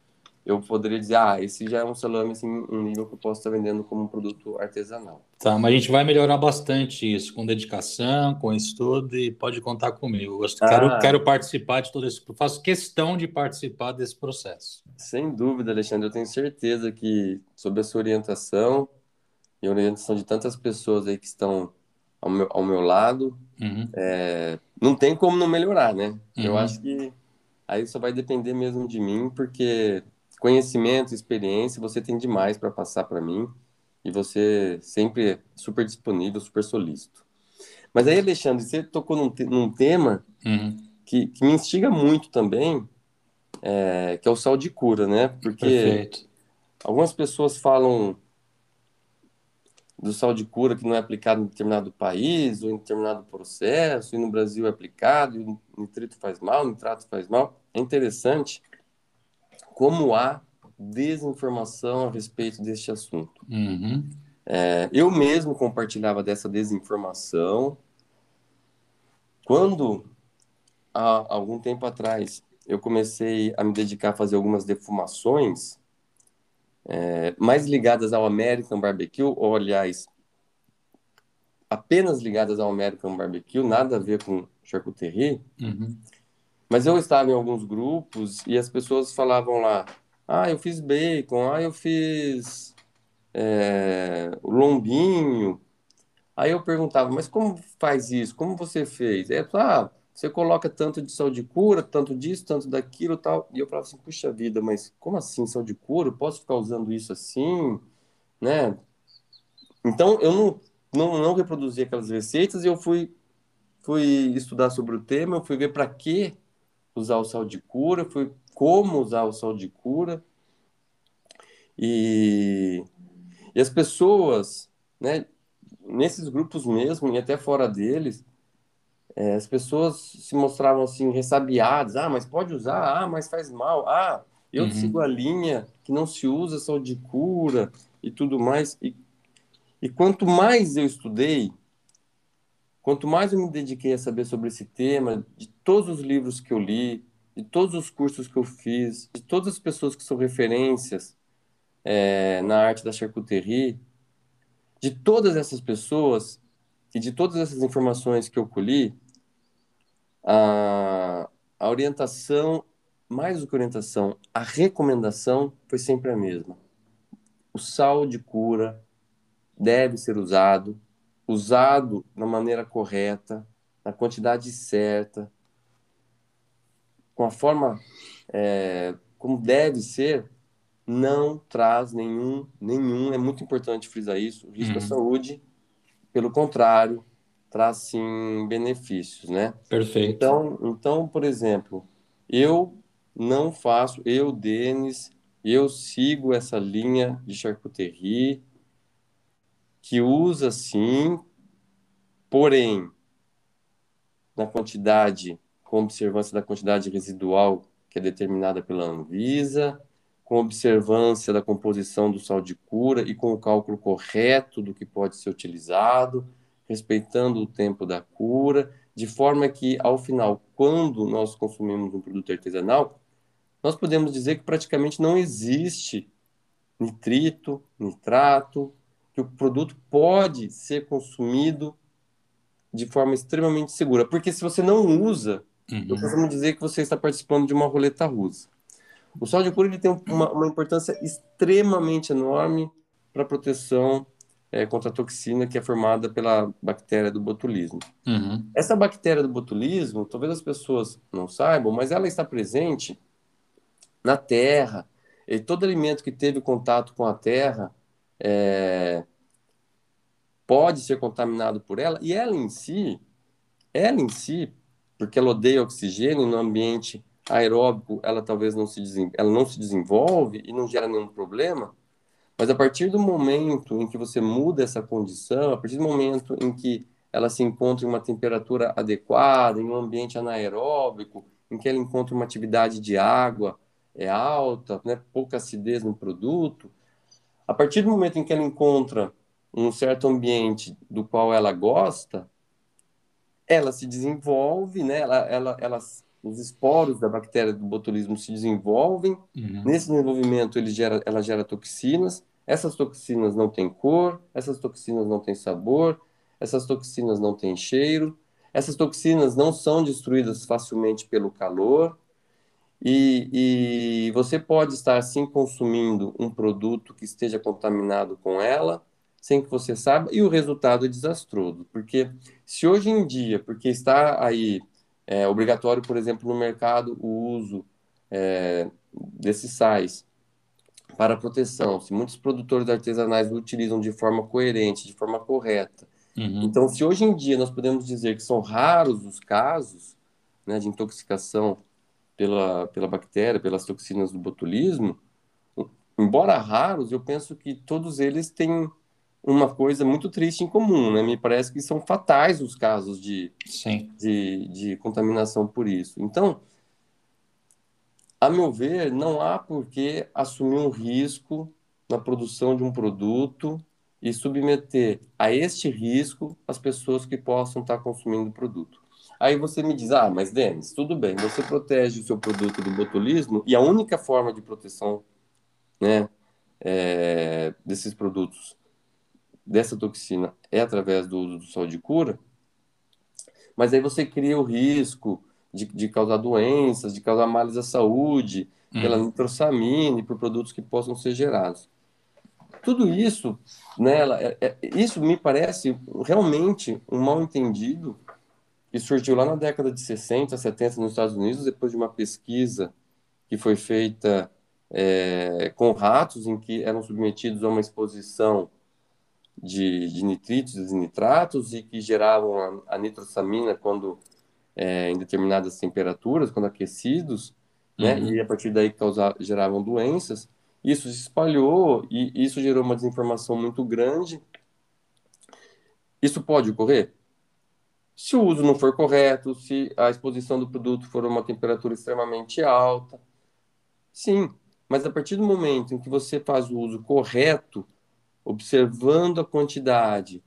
eu poderia dizer, esse já é um salame, assim, um nível que eu posso estar vendendo como um produto artesanal. Tá, mas a gente vai melhorar bastante isso, com dedicação, com estudo, e pode contar comigo. Eu quero Ah, participar de todo esse, faço questão de participar desse processo. sem dúvida, Alexandre, eu tenho certeza que sob a sua orientação e a orientação de tantas pessoas aí que estão ao meu lado, Uhum, não tem como não melhorar, né? Eu acho uhum, que aí só vai depender mesmo de mim, porque conhecimento, experiência, você tem demais para passar para mim e você sempre é super disponível, super solícito. Mas aí, Alexandre, você tocou num tema uhum, que me instiga muito também, que é o sal de cura, né? Porque perfeito. algumas pessoas falam do sal de cura que não é aplicado em determinado país ou em determinado processo, e no Brasil é aplicado, e o nitrito faz mal, o nitrato faz mal. É interessante como há desinformação a respeito deste assunto. Uhum, Eu mesmo compartilhava dessa desinformação quando, há algum tempo atrás, eu comecei a me dedicar a fazer algumas defumações mais ligadas ao American Barbecue, ou aliás, apenas ligadas ao American Barbecue, nada a ver com charcuterie. uhum, Mas eu estava em alguns grupos e as pessoas falavam lá: eu fiz bacon, eu fiz o lombinho. Aí eu perguntava: mas como faz isso? Como você fez? Você coloca tanto de sal de cura, tanto disso, tanto daquilo, tal. E eu falava assim: puxa vida, mas como assim sal de cura? Eu posso ficar usando isso assim, né? Então eu não reproduzi aquelas receitas e eu fui estudar sobre o tema, eu fui ver para que usar o sal de cura, fui como usar o sal de cura e, e as pessoas, né, nesses grupos mesmo e até fora deles, as pessoas se mostravam assim ressabiadas, mas pode usar, mas faz mal, eu sigo a uhum, linha que não se usa sal de cura e tudo mais e quanto mais eu estudei, quanto mais eu me dediquei a saber sobre esse tema, de todos os livros que eu li, de todos os cursos que eu fiz, de todas as pessoas que são referências na arte da charcuterie, de todas essas pessoas e de todas essas informações que eu colhi, a, a orientação, mais do que orientação, a recomendação foi sempre a mesma. O sal de cura deve ser usado na maneira correta, na quantidade certa, com a forma como deve ser, não traz é muito importante frisar isso, risco à uhum, saúde, pelo contrário, traz sim benefícios, né? perfeito. Então, por exemplo, eu, Denis, eu sigo essa linha de charcuterie que usa sim, porém, na quantidade, com observância da quantidade residual que é determinada pela Anvisa, com observância da composição do sal de cura e com o cálculo correto do que pode ser utilizado, respeitando o tempo da cura, de forma que, ao final, quando nós consumimos um produto artesanal, nós podemos dizer que praticamente não existe nitrito, nitrato, que o produto pode ser consumido de forma extremamente segura. Porque se você não usa, eu Uhum, costumo dizer que você está participando de uma roleta russa. O sal de cura ele tem uma importância extremamente enorme para a proteção contra a toxina que é formada pela bactéria do botulismo. uhum, Essa bactéria do botulismo, talvez as pessoas não saibam, mas ela está presente na terra. E todo alimento que teve contato com a terra é, pode ser contaminado por ela, e ela em si, porque ela odeia oxigênio no ambiente aeróbico, ela talvez ela não se desenvolve e não gera nenhum problema, mas a partir do momento em que você muda essa condição, a partir do momento em que ela se encontra em uma temperatura adequada, em um ambiente anaeróbico, em que ela encontra uma atividade de água alta, né, pouca acidez no produto, a partir do momento em que ela encontra um certo ambiente do qual ela gosta, ela se desenvolve, né? Ela os esporos da bactéria do botulismo se desenvolvem. Uhum. Nesse desenvolvimento, ela gera toxinas. Essas toxinas não têm cor, essas toxinas não têm sabor, essas toxinas não têm cheiro, essas toxinas não são destruídas facilmente pelo calor. E você pode estar, sim, consumindo um produto que esteja contaminado com ela, sem que você saiba, e o resultado é desastroso. Porque se hoje em dia, porque está aí obrigatório, por exemplo, no mercado, o uso desses sais para proteção, se muitos produtores artesanais o utilizam de forma coerente, de forma correta. Uhum. Então, se hoje em dia nós podemos dizer que são raros os casos, né, de intoxicação pela bactéria, pelas toxinas do botulismo, embora raros, eu penso que todos eles têm uma coisa muito triste em comum, né? Me parece que são fatais os casos Sim. de contaminação por isso. Então, a meu ver, não há por que assumir um risco na produção de um produto e submeter a este risco as pessoas que possam estar consumindo o produto. Aí você me diz, mas Denis, tudo bem, você protege o seu produto do botulismo e a única forma de proteção, né, desses produtos, dessa toxina, é através do uso do sal de cura, mas aí você cria o risco de causar doenças, de causar males à saúde, pela Uhum. nitrosamina e por produtos que possam ser gerados. Tudo isso, né, isso me parece realmente um mal-entendido que surgiu lá na década de 60, 70 nos Estados Unidos, depois de uma pesquisa que foi feita com ratos em que eram submetidos a uma exposição de nitritos e nitratos e que geravam a nitrosamina quando em determinadas temperaturas, quando aquecidos, né? E Uhum. a partir daí geravam doenças. Isso se espalhou e isso gerou uma desinformação muito grande. Isso pode ocorrer? Se o uso não for correto, se a exposição do produto for a uma temperatura extremamente alta, sim. Mas a partir do momento em que você faz o uso correto, observando a quantidade,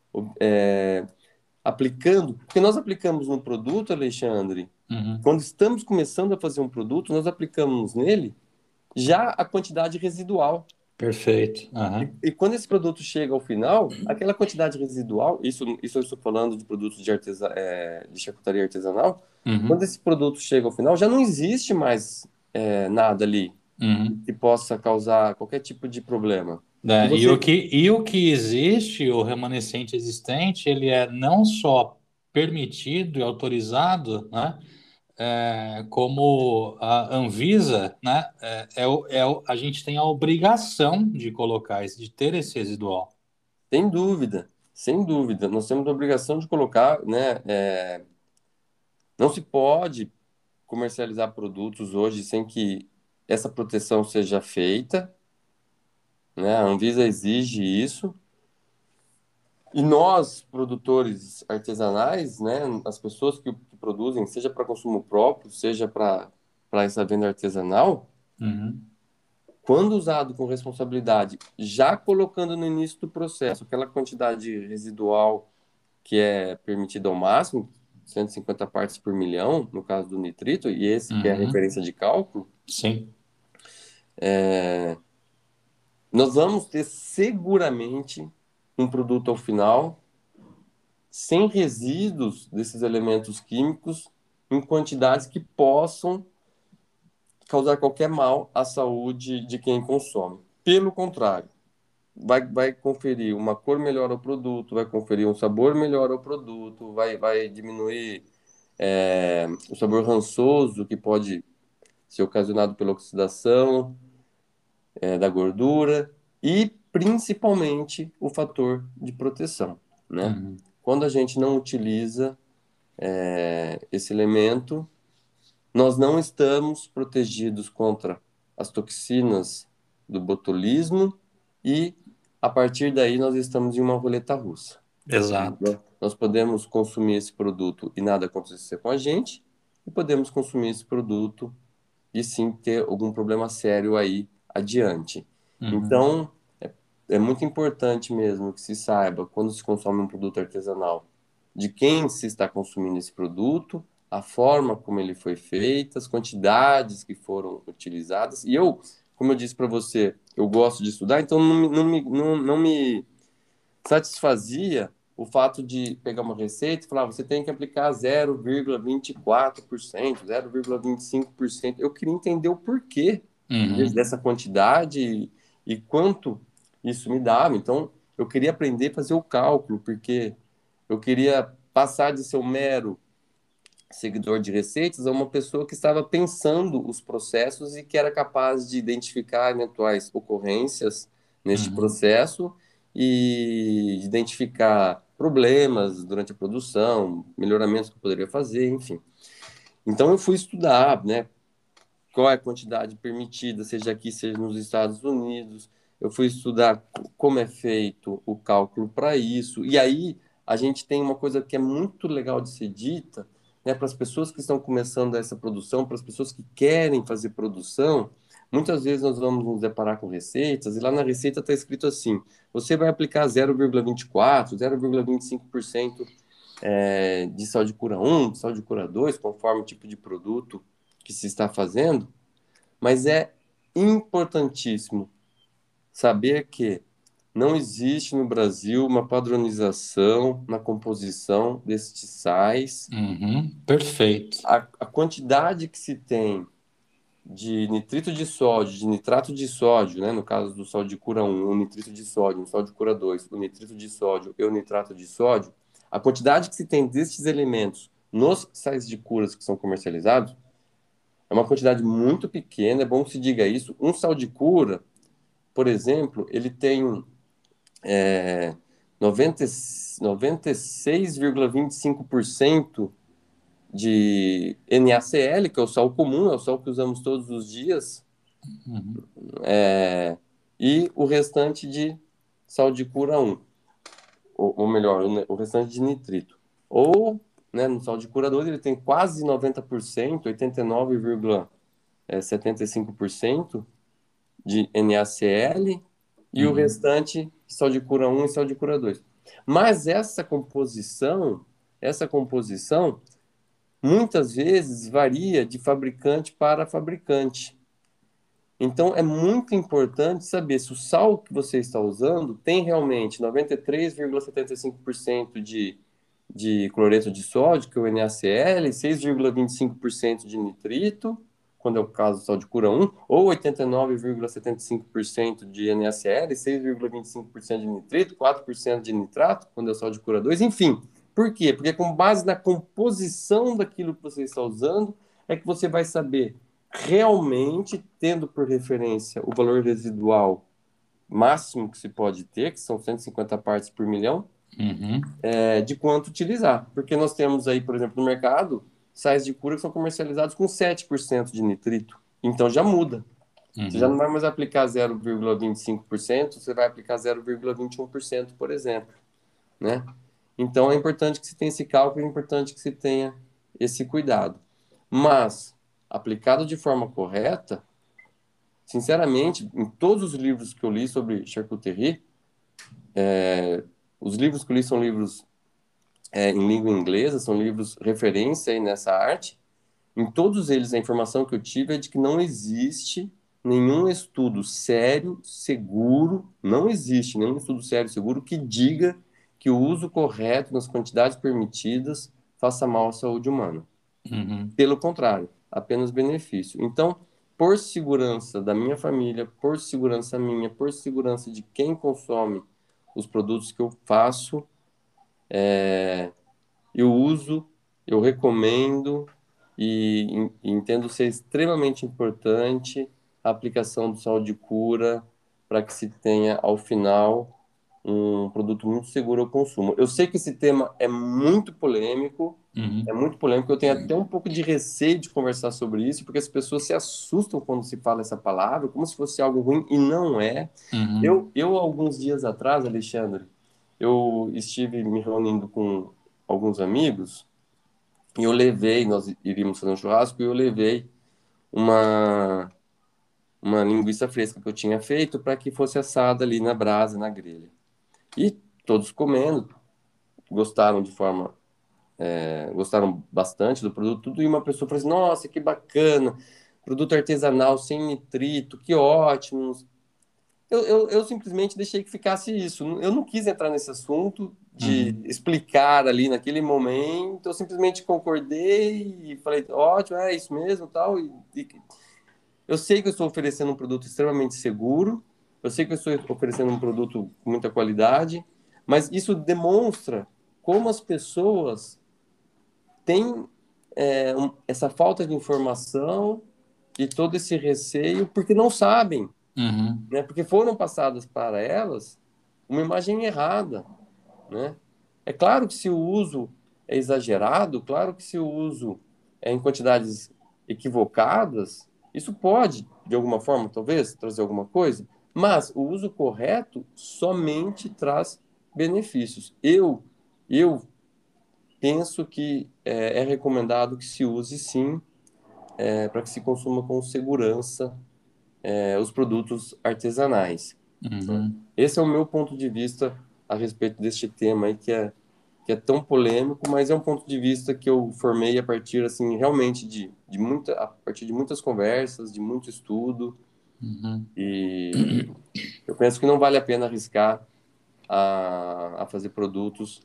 aplicando, porque nós aplicamos no produto, Alexandre, Uhum. quando estamos começando a fazer um produto, nós aplicamos nele já a quantidade residual. Perfeito. E quando esse produto chega ao final, aquela quantidade residual, isso eu estou falando de produtos de charcutaria artesanal, quando Uhum. esse produto chega ao final, já não existe mais nada ali Uhum. que possa causar qualquer tipo de problema. E Né? você E o que existe, o remanescente existente, ele é não só permitido e autorizado, né? Como a Anvisa, né? A gente tem a obrigação de colocar, de ter esse residual. sem dúvida, nós temos a obrigação de colocar, né? Não se pode comercializar produtos hoje sem que essa proteção seja feita, né? A Anvisa exige isso. E nós, produtores artesanais, né, as pessoas que produzem, seja para consumo próprio, seja para essa venda artesanal, Uhum. quando usado com responsabilidade, já colocando no início do processo aquela quantidade residual que é permitida ao máximo, 150 partes por milhão, no caso do nitrito, e esse que é a Uhum. referência de cálculo, Sim. nós vamos ter seguramente um produto ao final sem resíduos desses elementos químicos em quantidades que possam causar qualquer mal à saúde de quem consome. Pelo contrário, vai conferir uma cor melhor ao produto, vai conferir um sabor melhor ao produto, vai diminuir o sabor rançoso que pode ser ocasionado pela oxidação da gordura e principalmente o fator de proteção, né? Uhum. Quando a gente não utiliza esse elemento, nós não estamos protegidos contra as toxinas do botulismo e, a partir daí, nós estamos em uma roleta russa. Exato. Nós podemos consumir esse produto e nada acontecer com a gente, e podemos consumir esse produto e sim ter algum problema sério aí adiante. Uhum. Então, é muito importante mesmo que se saiba, quando se consome um produto artesanal, de quem se está consumindo esse produto, a forma como ele foi feito, as quantidades que foram utilizadas. E eu, como eu disse para você, eu gosto de estudar, então não me satisfazia o fato de pegar uma receita e falar, você tem que aplicar 0,24%, 0,25%. Eu queria entender o porquê Uhum. dessa quantidade e quanto isso me dava. Então, eu queria aprender a fazer o cálculo, porque eu queria passar de ser um mero seguidor de receitas a uma pessoa que estava pensando os processos e que era capaz de identificar eventuais ocorrências neste Uhum. processo e de identificar problemas durante a produção, melhoramentos que eu poderia fazer, enfim. Então eu fui estudar, né, qual é a quantidade permitida, seja aqui, seja nos Estados Unidos. Eu fui estudar como é feito o cálculo para isso. E aí a gente tem uma coisa que é muito legal de ser dita, né, para as pessoas que estão começando essa produção, para as pessoas que querem fazer produção. Muitas vezes nós vamos nos deparar com receitas e lá na receita está escrito assim: você vai aplicar 0,24, 0,25% de sal de cura 1, de sal de cura 2, conforme o tipo de produto que se está fazendo, mas é importantíssimo saber que não existe no Brasil uma padronização na composição destes sais. Uhum. Perfeito. A quantidade que se tem de nitrito de sódio, de nitrato de sódio, né, no caso do sal de cura 1, o nitrito de sódio, o sal de cura 2, o nitrito de sódio e o nitrato de sódio, a quantidade que se tem destes elementos nos sais de curas que são comercializados é uma quantidade muito pequena, é bom que se diga isso. Um sal de cura, por exemplo, ele tem é, 90, 96,25% de NaCl, que é o sal comum, é o sal que usamos todos os dias, Uhum. e o restante de sal de cura 1, ou melhor, o restante de nitrito. Ou, né, no sal de cura 2 ele tem quase 90%, 89,75% de NaCl e o Uhum. restante sal de cura 1 e sal de cura 2. Mas essa composição muitas vezes varia de fabricante para fabricante. Então é muito importante saber se o sal que você está usando tem realmente 93,75% de cloreto de sódio, que é o NaCl, 6,25% de nitrito, quando é o caso do sal de cura 1, ou 89,75% de NaCl, 6,25% de nitrito, 4% de nitrato, quando é o sal de cura 2, enfim. Por quê? Porque com base na composição daquilo que você está usando, é que você vai saber realmente, tendo por referência o valor residual máximo que se pode ter, que são 150 partes por milhão, Uhum. de quanto utilizar. Porque nós temos aí, por exemplo, no mercado, sais de cura que são comercializados com 7% de nitrito. Então já muda. Você já não Uhum. vai mais aplicar 0,25%, você vai aplicar 0,21%, por exemplo, né? Então é importante que se tenha esse cálculo, é importante que se tenha esse cuidado. Mas, aplicado de forma correta, sinceramente, em todos os livros que eu li sobre charcuterie, os livros que eu li são livros em língua inglesa, são livros referência aí nessa arte. Em todos eles, a informação que eu tive é de que não existe nenhum estudo sério, seguro, não existe nenhum estudo sério, seguro que diga que o uso correto nas quantidades permitidas faça mal à saúde humana. Uhum. Pelo contrário, apenas benefício. Então, por segurança da minha família, por segurança minha, por segurança de quem consome os produtos que eu faço, eu uso, eu recomendo e entendo ser extremamente importante a aplicação do sal de cura para que se tenha, ao final, um produto muito seguro ao consumo. Eu sei que esse tema é Uhum. muito polêmico, eu tenho até um pouco de receio de conversar sobre isso, porque as pessoas se assustam quando se fala essa palavra, como se fosse algo ruim, e não é. Uhum. Eu alguns dias atrás, Alexandre, eu estive me reunindo com alguns amigos, e eu levei, nós iríamos fazer um churrasco, e eu levei uma, uma linguiça fresca que eu tinha feito para que fosse assada ali na brasa, na grelha. E todos comendo, gostaram de forma gostaram bastante do produto, tudo, e uma pessoa falou assim, nossa, que bacana, produto artesanal, sem nitrito, que ótimo. Eu simplesmente deixei que ficasse isso. Eu não quis entrar nesse assunto de Uhum. explicar ali naquele momento. Eu simplesmente concordei e falei, ótimo, é isso mesmo, tal. E eu sei que eu estou oferecendo um produto extremamente seguro. Eu sei que eu estou oferecendo um produto com muita qualidade. Mas isso demonstra como as pessoas têm essa falta de informação e todo esse receio porque não sabem, Uhum. né? Porque foram passadas para elas uma imagem errada, né? É claro que se o uso é exagerado, claro que se o uso é em quantidades equivocadas, isso pode, de alguma forma, talvez, trazer alguma coisa, mas o uso correto somente traz benefícios. Eu penso que é recomendado que se use sim, para que se consuma com segurança os produtos artesanais. Uhum. Esse é o meu ponto de vista a respeito deste tema aí, que é tão polêmico, mas é um ponto de vista que eu formei a partir, assim, realmente a partir de muitas conversas, de muito estudo, Uhum. e eu penso que não vale a pena arriscar a fazer produtos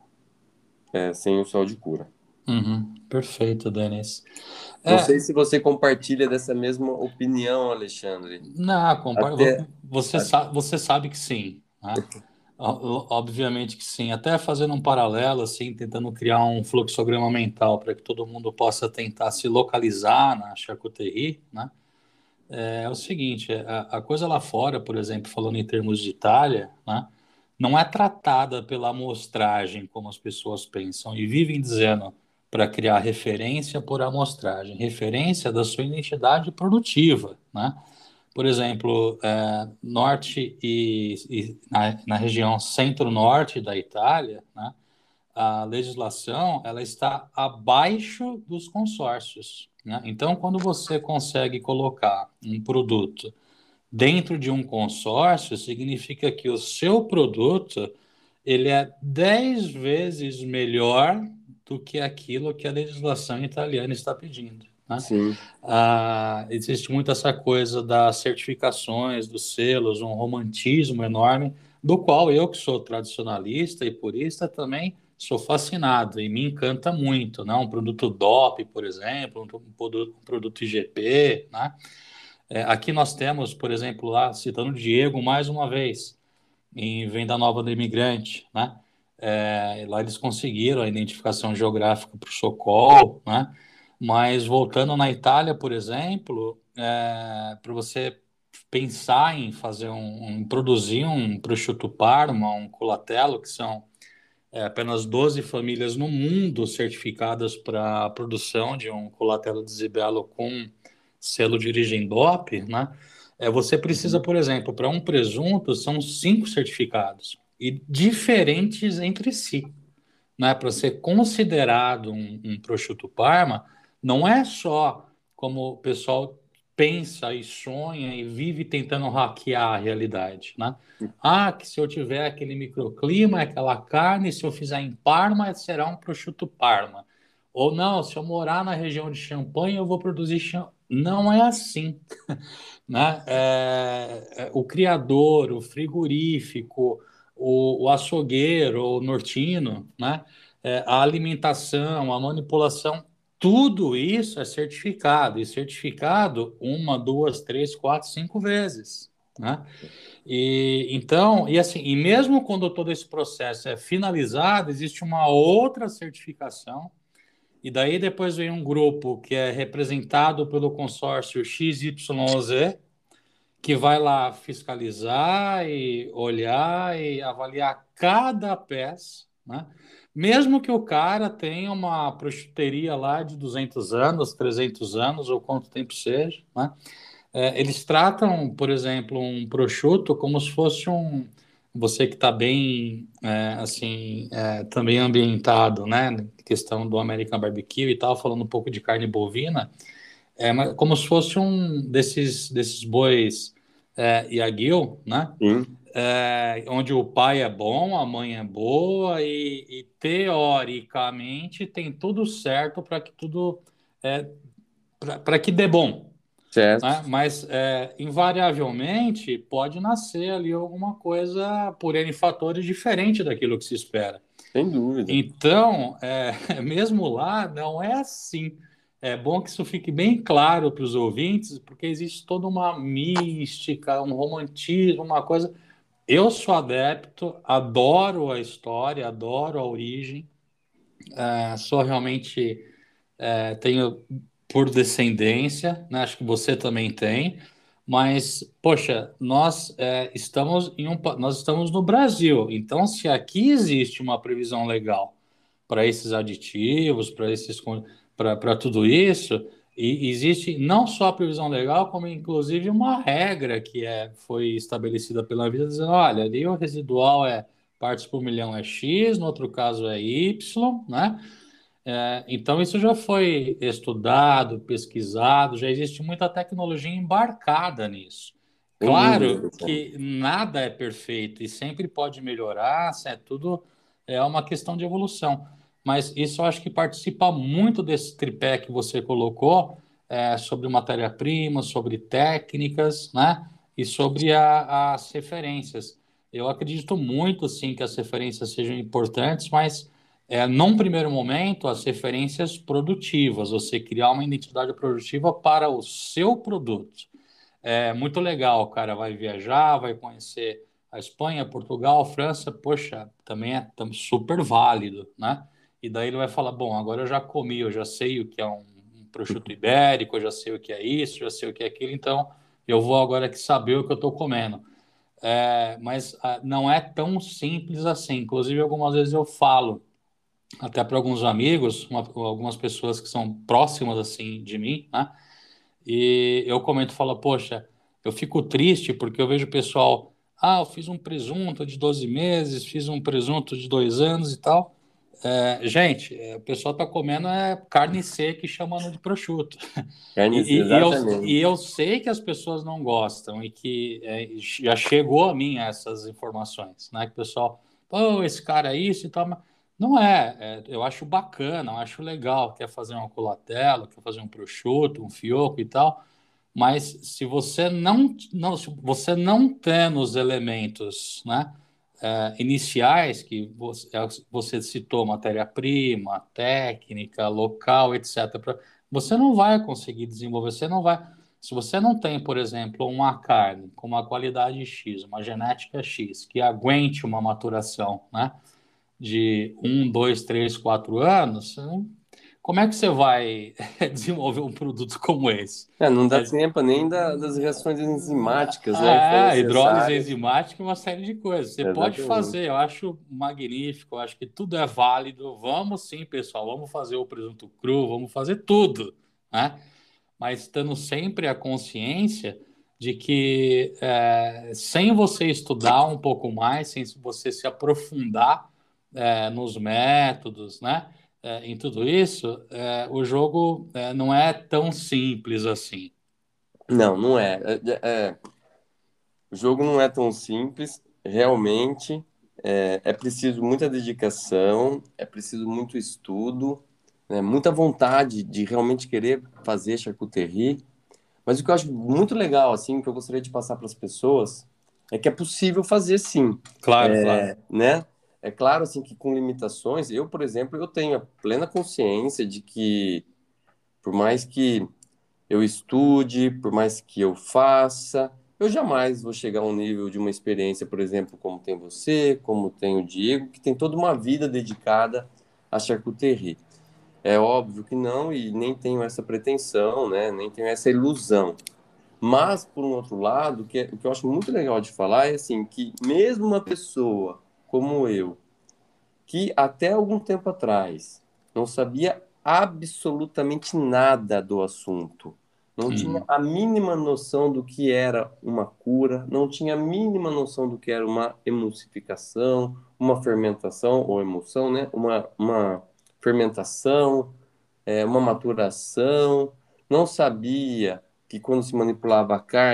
sem o sal de cura. Uhum. Perfeito, Denis. Não É, sei se você compartilha dessa mesma opinião, Alexandre. não, Até, você sabe que sim, né? Obviamente que sim. Até fazendo um paralelo, assim, tentando criar um fluxograma mental para que todo mundo possa tentar se localizar na charcuterie, né? É o seguinte, a coisa lá fora, por exemplo, falando em termos de Itália, né? Não é tratada pela amostragem como as pessoas pensam e vivem dizendo para criar referência por amostragem, referência da sua identidade produtiva, né? Por exemplo, norte e na região centro-norte da Itália, né, a legislação ela está abaixo dos consórcios, né? Então, quando você consegue colocar um produto dentro de um consórcio, significa que o seu produto ele é 10 vezes melhor do que aquilo que a legislação italiana está pedindo, né? sim, Existe muito essa coisa das certificações, dos selos, um romantismo enorme, do qual eu, que sou tradicionalista e purista, também sou fascinado e me encanta muito, né? Um produto DOP, por exemplo, um produto IGP, né? Aqui nós temos, por exemplo, lá, citando o Diego mais uma vez, em Venda Nova do Imigrante, né? Lá eles conseguiram a identificação geográfica para o Socol, né? Mas voltando na Itália, por exemplo, para você pensar em produzir um prosciutto Parma, um Colatello, que são apenas 12 famílias no mundo certificadas para a produção de um Colatello di Zibello com selo de origem DOP, né? Você precisa, uhum, por exemplo, para um presunto, são 5 certificados e diferentes entre si, né? Para ser considerado um prosciutto Parma, não é só como o pessoal pensa e sonha e vive tentando hackear a realidade, né? Que se eu tiver aquele microclima, aquela carne, se eu fizer em Parma, será um prosciutto Parma. Ou não, se eu morar na região de Champagne, eu vou produzir champanhe. Não é assim, né? O criador, o frigorífico, o açougueiro, o nortino, né? A alimentação, a manipulação, tudo isso é certificado, e certificado uma, duas, três, quatro, 5 vezes, né? E assim, e mesmo quando todo esse processo é finalizado, existe uma outra certificação, e daí depois vem um grupo que é representado pelo consórcio XYZ, que vai lá fiscalizar e olhar e avaliar cada peça, né? Mesmo que o cara tenha uma prosciuteria lá de 200 anos, 300 anos, ou quanto tempo seja, né? Eles tratam, por exemplo, um prosciutto como se fosse você que está bem, assim, também ambientado, né? Questão do American Barbecue e tal, falando um pouco de carne bovina, como se fosse um desses bois Yagyu, né? sim. onde o pai é bom, a mãe é boa e teoricamente tem tudo certo para que tudo para que dê bom, Certo, né? Mas invariavelmente pode nascer ali alguma coisa por N fatores diferente daquilo que se espera. sem dúvida. Então, mesmo lá, não é assim. É bom que isso fique bem claro para os ouvintes, porque existe toda uma mística, um romantismo, uma coisa. Eu sou adepto, adoro a história, adoro a origem, sou realmente, tenho por descendência, né? Acho que você também tem, mas, poxa, nós estamos no Brasil, então se aqui existe uma previsão legal para esses aditivos, para tudo isso, e existe não só a previsão legal, como inclusive uma regra que foi estabelecida pela Anvisa, dizendo, olha, ali o residual partes por milhão é X, no outro caso é Y, né? Então, isso já foi estudado, pesquisado, já existe muita tecnologia embarcada nisso. Sem dúvida, Claro Alessandro. que nada é perfeito e sempre pode melhorar, tudo é uma questão de evolução. Mas isso eu acho que participa muito desse tripé que você colocou, sobre matéria-prima, sobre técnicas, né? E sobre as referências. Eu acredito muito, sim, que as referências sejam importantes, mas num primeiro momento, as referências produtivas, você criar uma identidade produtiva para o seu produto. É muito legal, o cara vai viajar, vai conhecer a Espanha, Portugal, França, poxa, também é super válido, né? E daí ele vai falar, bom, agora eu já comi, eu já sei o que é um prosciutto ibérico, eu já sei o que é isso, já sei o que é aquilo, então eu vou agora aqui saber o que eu estou comendo. Mas não é tão simples assim. Inclusive, algumas vezes eu falo até para alguns amigos, algumas pessoas que são próximas assim de mim, né? E eu comento, falo, poxa, eu fico triste porque eu vejo o pessoal, eu fiz um presunto de 12 meses, fiz um presunto de 2 anos e tal. Gente, o pessoal tá comendo carne seca e chamando de prosciutto. Carnes, E eu exatamente. sei que as pessoas não gostam e que já chegou a mim essas informações, né? Que o pessoal, pô, esse cara é isso e tal, mas não eu acho bacana, eu acho legal, quer fazer uma culatela, quer fazer um prosciutto, um fioco e tal, mas se você se você não tem os elementos, né, iniciais que você citou, matéria-prima, técnica, local, etc., você não vai conseguir desenvolver, você não vai. Se você não tem, por exemplo, uma carne com uma qualidade X, uma genética X, que aguente uma maturação, né, de 1, 2, 3, 4 anos, como é que você vai desenvolver um produto como esse? Não dá É, tempo nem das reações enzimáticas, né, que são hidrólise necessárias. enzimática e uma série de coisas. Você pode Exatamente. fazer, eu acho magnífico, eu acho que tudo é válido. Vamos sim, pessoal, vamos fazer o presunto cru, vamos fazer tudo, né? Mas tendo sempre a consciência de que sem você estudar um pouco mais, sem você se aprofundar nos métodos, né? Em tudo isso, o jogo não é tão simples assim. Não, não é. O jogo não é tão simples, realmente. É preciso muita dedicação, é preciso muito estudo, né, muita vontade de realmente querer fazer charcuterie. Mas o que eu acho muito legal, assim, que eu gostaria de passar para as pessoas, é que é possível fazer sim, Claro, claro. né? É claro, assim, que com limitações, eu, por exemplo, eu tenho a plena consciência de que, por mais que eu estude, por mais que eu faça, eu jamais vou chegar a um nível de uma experiência, por exemplo, como tem você, como tem o Diego, que tem toda uma vida dedicada à charcuterie. É óbvio que não, e nem tenho essa pretensão, né? Nem tenho essa ilusão. Mas, por um outro lado, o que eu acho muito legal de falar é assim, que mesmo uma pessoa como eu, que até algum tempo atrás não sabia absolutamente nada do assunto, não tinha Uhum. a mínima noção do que era uma cura, não tinha a mínima noção do que era uma emulsificação, uma fermentação ou emulsão, né? Uma fermentação, uma maturação, não sabia que quando se manipulava a carne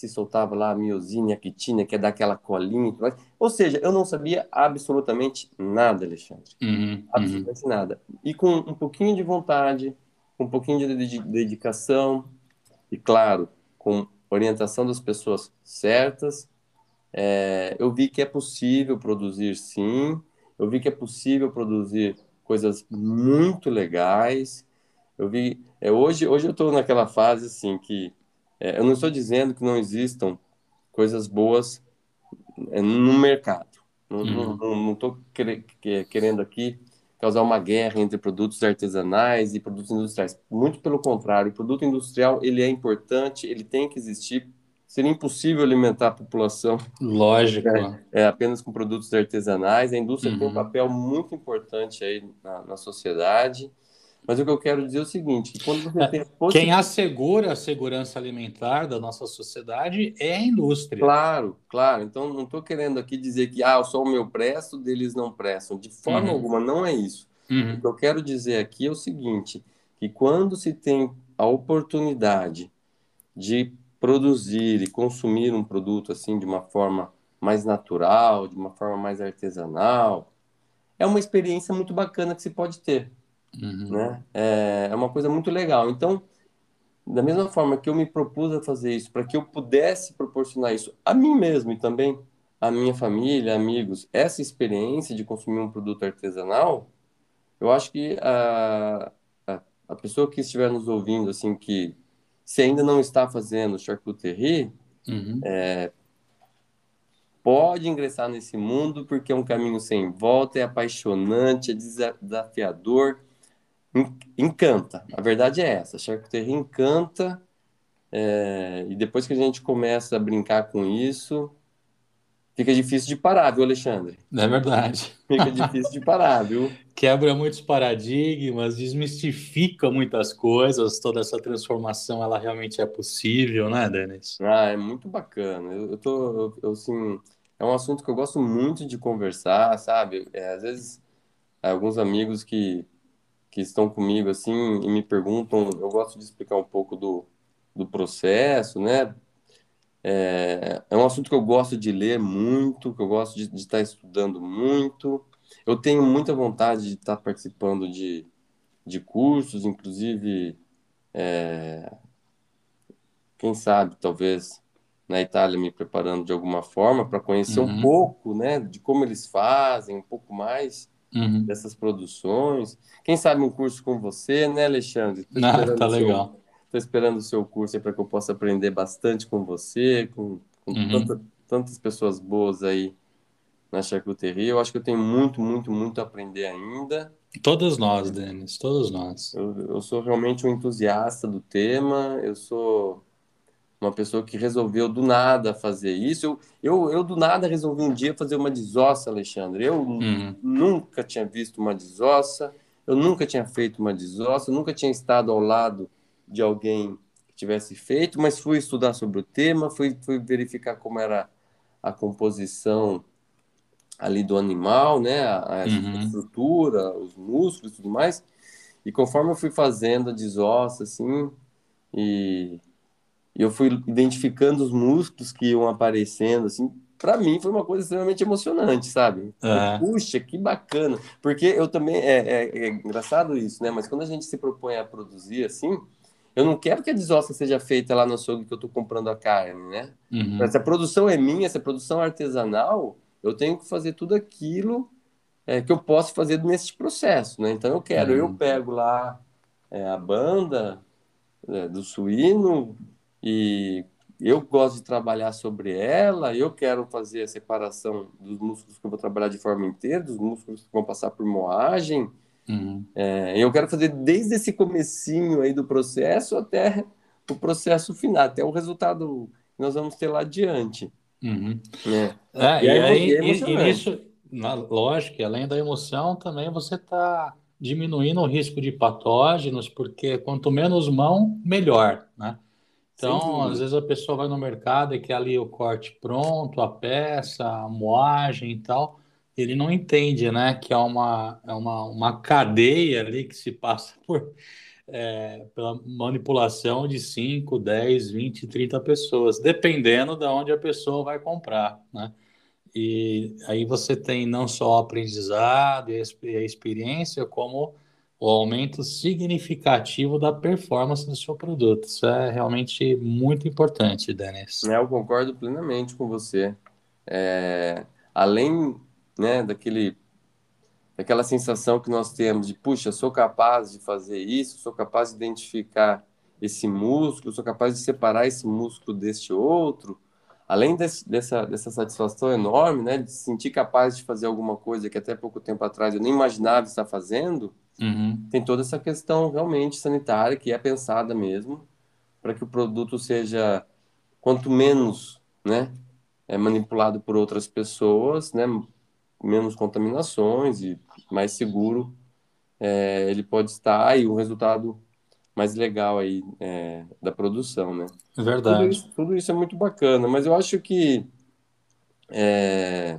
se soltava lá a miosina e a quitina, que é dar aquela colinha e tudo mais. Ou seja, eu não sabia absolutamente nada, Alexandre. Uhum, uhum. Absolutamente nada. E com um pouquinho de vontade, com um pouquinho de dedicação e, claro, com orientação das pessoas certas, eu vi que é possível produzir, sim. Eu vi que é possível produzir coisas muito legais. Eu vi. Hoje eu estou naquela fase assim que eu não estou dizendo que não existam coisas boas no mercado. Uhum. Não estou querendo aqui causar uma guerra entre produtos artesanais e produtos industriais. Muito pelo contrário, o produto industrial ele é importante, ele tem que existir. Seria impossível alimentar a população Lógico. apenas com produtos artesanais. A indústria tem um Uhum. papel muito importante aí na sociedade. Mas o que eu quero dizer é o seguinte, que quando você tem a Quem possibilidade. assegura a segurança alimentar da nossa sociedade é a indústria. Claro, claro. Então, não estou querendo aqui dizer que só o meu presto, deles não prestam. De forma Uhum. alguma, não é isso. O que Uhum. eu quero dizer aqui é o seguinte, que quando se tem a oportunidade de produzir e consumir um produto assim de uma forma mais natural, de uma forma mais artesanal, é uma experiência muito bacana que se pode ter, Uhum. né? É uma coisa muito legal. Então, da mesma forma que eu me propus a fazer isso, para que eu pudesse proporcionar isso a mim mesmo e também à minha família, amigos, essa experiência de consumir um produto artesanal, eu acho que a pessoa que estiver nos ouvindo, assim, que se ainda não está fazendo charcuterie, Uhum. pode ingressar nesse mundo, porque é um caminho sem volta, é apaixonante, é desafiador, encanta. A verdade é essa, a charcuterie encanta. E depois que a gente começa a brincar com isso, fica difícil de parar, viu, Alexandre? É verdade. Fica difícil de parar, viu? Quebra muitos paradigmas, desmistifica muitas coisas. Toda essa transformação, ela realmente é possível, né, Denis? É muito bacana. Assim, é um assunto que eu gosto muito de conversar, sabe? Às vezes, alguns amigos que estão comigo, assim, e me perguntam, eu gosto de explicar um pouco do processo, né? É um assunto que eu gosto de ler muito, que eu gosto de estar estudando muito. Eu tenho muita vontade de estar participando de cursos, inclusive, quem sabe, talvez na Itália me preparando de alguma forma para conhecer um Uhum. pouco, né, de como eles fazem, um pouco mais Uhum. dessas produções. Quem sabe um curso com você, né, Alexandre? Ah, tá legal. Estou esperando o seu curso aí para que eu possa aprender bastante com você, com Uhum. tantas pessoas boas aí na charcuterie. Eu acho que eu tenho muito, muito, muito a aprender ainda. Todos nós, Denis, todos nós. Eu sou realmente um entusiasta do tema. Eu sou uma pessoa que resolveu do nada fazer isso. Eu do nada resolvi um dia fazer uma desossa, Alexandre. Eu Uhum. nunca tinha visto uma desossa, eu nunca tinha feito uma desossa, eu nunca tinha estado ao lado de alguém que tivesse feito, mas fui estudar sobre o tema, fui verificar como era a composição ali do animal, né, a Uhum. estrutura, os músculos e tudo mais. E conforme eu fui fazendo a desossa, assim, e eu fui identificando os músculos que iam aparecendo, assim, para mim foi uma coisa extremamente emocionante, sabe? Falei, É. puxa, que bacana. Porque eu também, é engraçado isso, né? Mas quando a gente se propõe a produzir assim, eu não quero que a desossa seja feita lá no açougue que eu estou comprando a carne, né? Se Uhum. a produção é minha, se a produção é artesanal, eu tenho que fazer tudo aquilo que eu posso fazer nesse processo, né? Então eu Uhum. pego lá a banda do suíno e eu gosto de trabalhar sobre ela, eu quero fazer a separação dos músculos que eu vou trabalhar de forma inteira, dos músculos que vão passar por moagem. Uhum. Eu quero fazer desde esse comecinho aí do processo até o processo final, até o resultado que nós vamos ter lá adiante, Uhum. né? É, E é e emocionante. nisso, lógico, além da emoção, também você está diminuindo o risco de patógenos, porque quanto menos mão, melhor, né? Sem Então, às dúvida. vezes a pessoa vai no mercado e quer ali o corte pronto, a peça, a moagem e tal. Ele não entende, né, que é uma cadeia ali que se passa por pela manipulação de 5, 10, 20, 30 pessoas, dependendo de onde a pessoa vai comprar, né? E aí você tem não só o aprendizado e a experiência, como o aumento significativo da performance do seu produto. Isso é realmente muito importante, Denis. Eu concordo plenamente com você. É, além, né, daquela sensação que nós temos de, puxa, sou capaz de fazer isso, sou capaz de identificar esse músculo, sou capaz de separar esse músculo deste outro. Além dessa satisfação enorme, né, de se sentir capaz de fazer alguma coisa que até pouco tempo atrás eu nem imaginava estar fazendo, Uhum. tem toda essa questão realmente sanitária que é pensada mesmo para que o produto seja quanto menos, né, é manipulado por outras pessoas, né, menos contaminações e mais seguro ele pode estar e o resultado mais legal aí da produção, né? Verdade. Tudo isso é muito bacana, mas eu acho que é,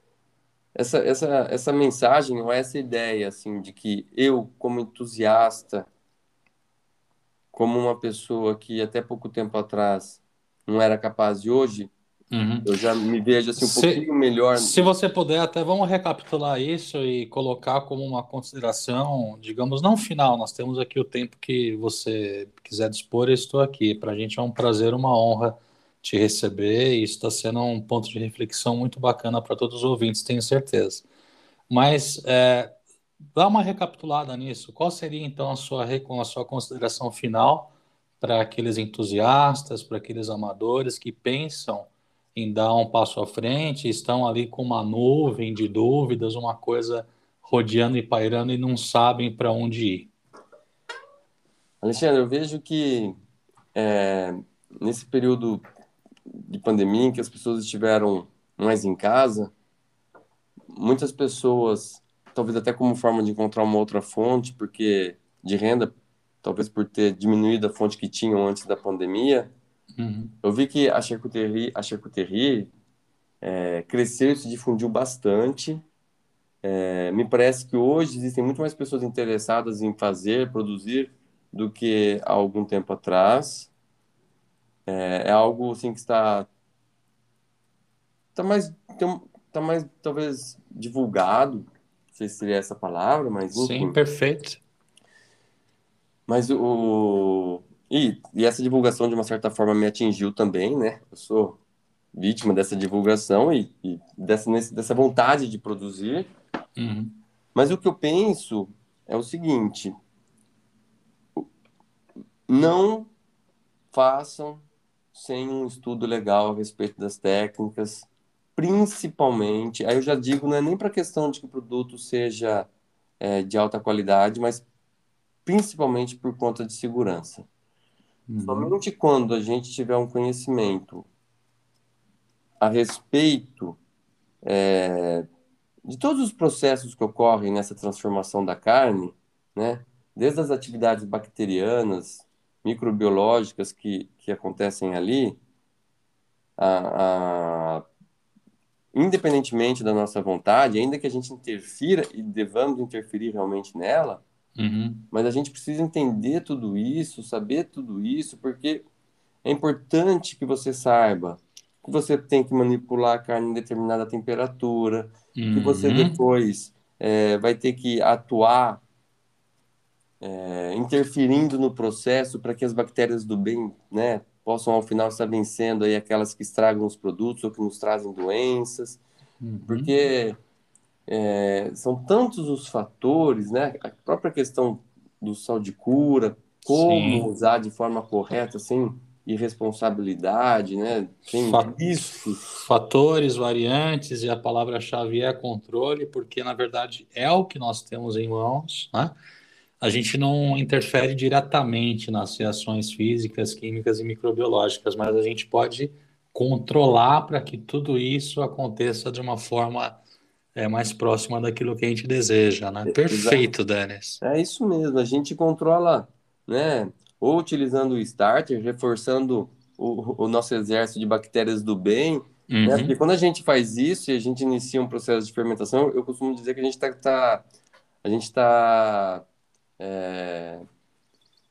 essa mensagem ou essa ideia assim de que eu como entusiasta, como uma pessoa que até pouco tempo atrás não era capaz de hoje, Uhum. eu já me vejo assim um Se, pouquinho melhor. se você puder, até vamos recapitular isso e colocar como uma consideração, digamos, não final. Nós temos aqui o tempo que você quiser dispor, eu estou aqui. Para a gente é um prazer, uma honra te receber e isso está sendo um ponto de reflexão muito bacana para todos os ouvintes, tenho certeza. Mas dá uma recapitulada nisso. Qual seria então a sua consideração final para aqueles entusiastas, para aqueles amadores que pensam em dar um passo à frente, estão ali com uma nuvem de dúvidas, uma coisa rodeando e pairando e não sabem para onde ir? Alexandre, eu vejo que é, nesse período de pandemia em que as pessoas estiveram mais em casa, muitas pessoas, talvez até como forma de encontrar uma outra fonte, porque de renda, talvez por ter diminuído a fonte que tinham antes da pandemia, Uhum. eu vi que a charcuterie cresceu e se difundiu bastante. Me parece que hoje existem muito mais pessoas interessadas em fazer, produzir, do que há algum tempo atrás. É algo assim que está mais, tá mais talvez divulgado, não sei se seria essa palavra, mas Sim, enfim. perfeito. Mas e essa divulgação de uma certa forma me atingiu também, né? Eu sou vítima dessa divulgação e dessa vontade de produzir. Uhum. Mas o que eu penso é o seguinte: não façam sem um estudo legal a respeito das técnicas, principalmente. Aí eu já digo, não é nem para a questão de que o produto seja de alta qualidade, mas principalmente por conta de segurança. Uhum. Somente quando a gente tiver um conhecimento a respeito de todos os processos que ocorrem nessa transformação da carne, né? Desde as atividades bacterianas, microbiológicas que acontecem ali, a, a, independentemente da nossa vontade, ainda que a gente interfira e devamos interferir realmente nela, Uhum. mas a gente precisa entender tudo isso, saber tudo isso, porque é importante que você saiba que você tem que manipular a carne em determinada temperatura, que você Uhum. depois vai ter que atuar interferindo no processo para que as bactérias do bem, né, possam ao final estar vencendo aí aquelas que estragam os produtos ou que nos trazem doenças, Uhum. porque são tantos os fatores, né, a própria questão do sal de cura, como Sim. usar de forma correta, sem irresponsabilidade, né, sem Fa- riscos. Fatores, variantes, e a palavra-chave é controle, porque na verdade é o que nós temos em mãos, né? A gente não interfere diretamente nas reações físicas, químicas e microbiológicas, mas a gente pode controlar para que tudo isso aconteça de uma forma mais próxima daquilo que a gente deseja, né? Exato. Perfeito, Denis. É isso mesmo, a gente controla, né? Ou utilizando o starter, reforçando o nosso exército de bactérias do bem, né? Porque Uhum. quando a gente faz isso e a gente inicia um processo de fermentação, eu costumo dizer que a gente a gente está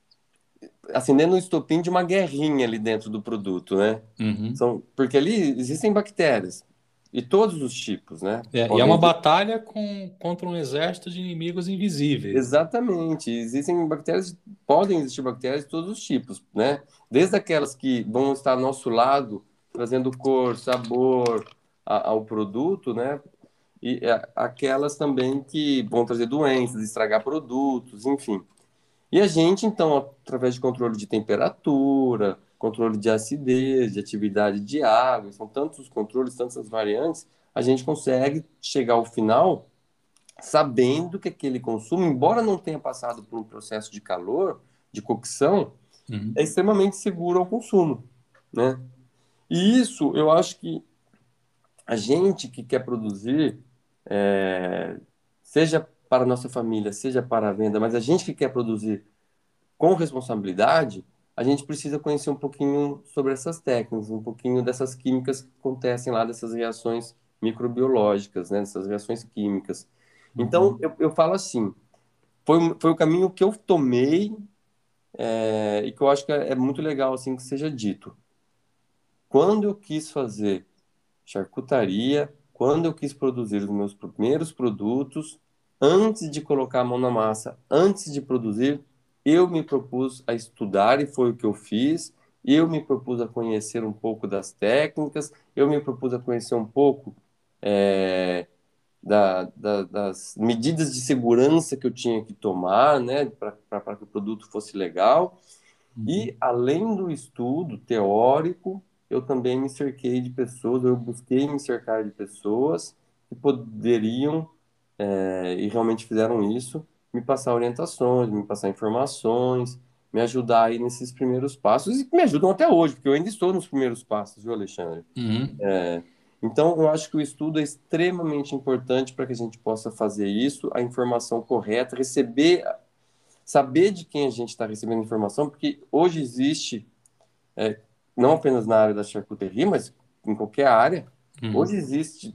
acendendo o estopim de uma guerrinha ali dentro do produto, né? Uhum. Porque ali existem bactérias, e todos os tipos, né? E é uma batalha contra um exército de inimigos invisíveis. Exatamente, existem bactérias, podem existir bactérias de todos os tipos, né? Desde aquelas que vão estar ao nosso lado, trazendo cor, sabor ao produto, né? E aquelas também que vão trazer doenças, estragar produtos, enfim. E a gente, então, através de controle de temperatura, controle de acidez, de atividade de água, são tantos os controles, tantas variantes, a gente consegue chegar ao final sabendo que aquele consumo, embora não tenha passado por um processo de calor, de cocção, é Uhum. extremamente seguro ao consumo, né? E isso, eu acho que a gente que quer produzir, seja para a nossa família, seja para a venda, mas a gente que quer produzir com responsabilidade, a gente precisa conhecer um pouquinho sobre essas técnicas, um pouquinho dessas químicas que acontecem lá, dessas reações microbiológicas, né, dessas reações químicas. Então, Uhum. eu falo assim, foi o caminho que eu tomei, e que eu acho que é muito legal assim que seja dito. Quando eu quis fazer charcutaria, quando eu quis produzir os meus primeiros produtos, antes de colocar a mão na massa, antes de produzir, eu me propus a estudar e foi o que eu fiz. Eu me propus a conhecer um pouco das técnicas, eu me propus a conhecer um pouco é, das medidas de segurança que eu tinha que tomar, né, para que o produto fosse legal. Uhum. E, além do estudo teórico, eu também me cerquei de pessoas, eu busquei me cercar de pessoas que poderiam, e realmente fizeram isso, me passar orientações, me passar informações, me ajudar aí nesses primeiros passos, e que me ajudam até hoje, porque eu ainda estou nos primeiros passos, viu, Alexandre? Uhum. Então, eu acho que o estudo é extremamente importante para que a gente possa fazer isso, a informação correta, receber, saber de quem a gente está recebendo informação, porque hoje existe, é, não apenas na área da charcuterie, mas em qualquer área, hoje Uhum.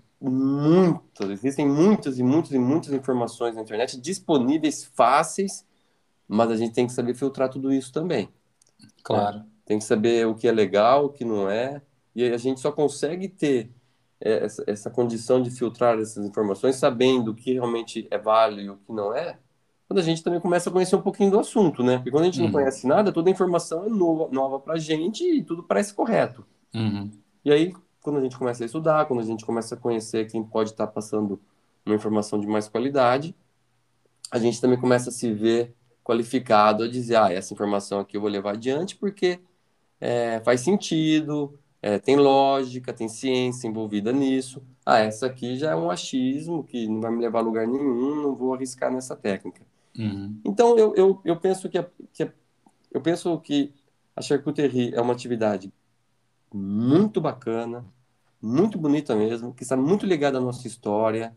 existem muitas e muitas e muitas informações na internet disponíveis, fáceis, mas a gente tem que saber filtrar tudo isso também, né? Claro. Tem que saber o que é legal, o que não é, e a gente só consegue ter essa condição de filtrar essas informações, sabendo o que realmente é válido e o que não é, quando a gente também começa a conhecer um pouquinho do assunto, né? Porque quando a gente não Uhum. conhece nada, toda a informação é nova para a gente e tudo parece correto. Uhum. E aí, quando a gente começa a estudar, quando a gente começa a conhecer quem pode estar passando uma informação de mais qualidade, a gente também começa a se ver qualificado a dizer, essa informação aqui eu vou levar adiante porque faz sentido, tem lógica, tem ciência envolvida nisso. Essa aqui já é um achismo que não vai me levar a lugar nenhum, não vou arriscar nessa técnica. Uhum. Então, eu penso eu penso que a charcuterie é uma atividade muito bacana, muito bonita mesmo, que está muito ligada à nossa história,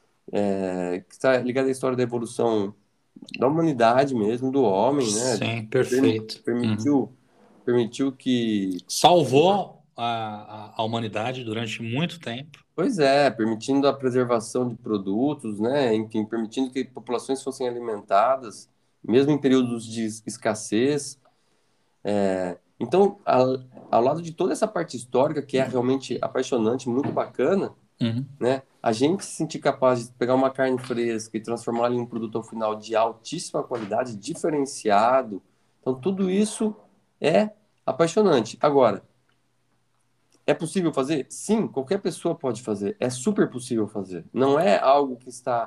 que está ligada à história da evolução da humanidade mesmo, do homem, né? Sim, perfeito. Uhum. Permitiu que, Salvou a humanidade durante muito tempo. pois é, permitindo a preservação de produtos, né? Enfim, permitindo que populações fossem alimentadas, mesmo em períodos de escassez. Então, ao lado de toda essa parte histórica, que é realmente apaixonante, muito bacana, Uhum. né? A gente se sentir capaz de pegar uma carne fresca e transformá-la em um produto ao final de altíssima qualidade, diferenciado. Então, tudo isso é apaixonante. Agora, é possível fazer? Sim, qualquer pessoa pode fazer. É super possível fazer. Não é algo que está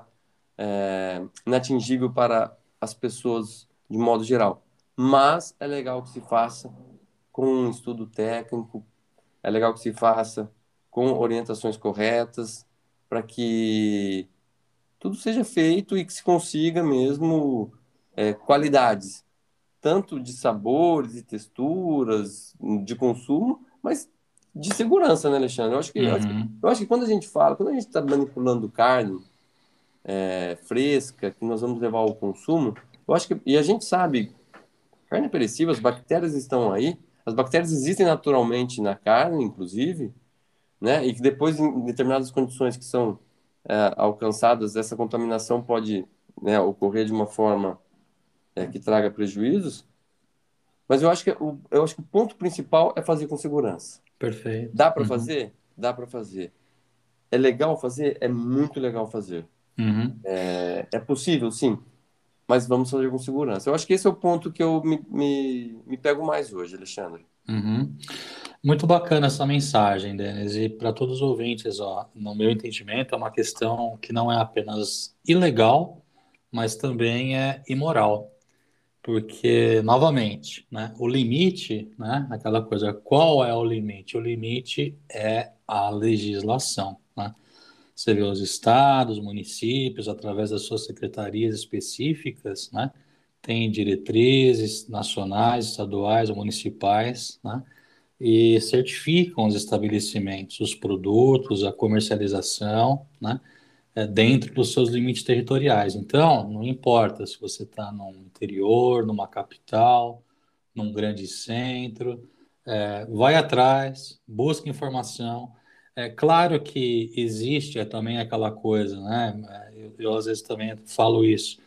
inatingível para as pessoas de modo geral. Mas é legal que se faça com um estudo técnico, é legal que se faça com orientações corretas, para que tudo seja feito e que se consiga mesmo qualidades, tanto de sabores e texturas, de consumo, mas de segurança, né, Alexandre? Uhum. Eu acho que quando a gente está manipulando carne fresca, que nós vamos levar ao consumo, eu acho que, e a gente sabe, carne perecível, as bactérias estão aí, as bactérias existem naturalmente na carne, inclusive, né? E que depois, em determinadas condições que são alcançadas, essa contaminação pode, né, ocorrer de uma forma que traga prejuízos. Mas eu acho que o ponto principal é fazer com segurança. Perfeito. Dá para Uhum. fazer? Dá para fazer. É legal fazer? É muito legal fazer. Uhum. É possível, sim, mas vamos fazer com segurança. Eu acho que esse é o ponto que eu me pego mais hoje, Alexandre. Uhum. Muito bacana essa mensagem, Denis. E para todos os ouvintes, ó, no meu entendimento, é uma questão que não é apenas ilegal, mas também é imoral. Porque, novamente, né, o limite, né, aquela coisa, qual é o limite? O limite é a legislação, né? Você vê os estados, municípios, através das suas secretarias específicas, né, tem diretrizes nacionais, estaduais ou municipais, né, e certificam os estabelecimentos, os produtos, a comercialização, né, dentro dos seus limites territoriais. Então, não importa se você está num interior, numa capital, num grande centro, vai atrás, busca informação. É claro que existe também aquela coisa, né? Eu às vezes também falo isso.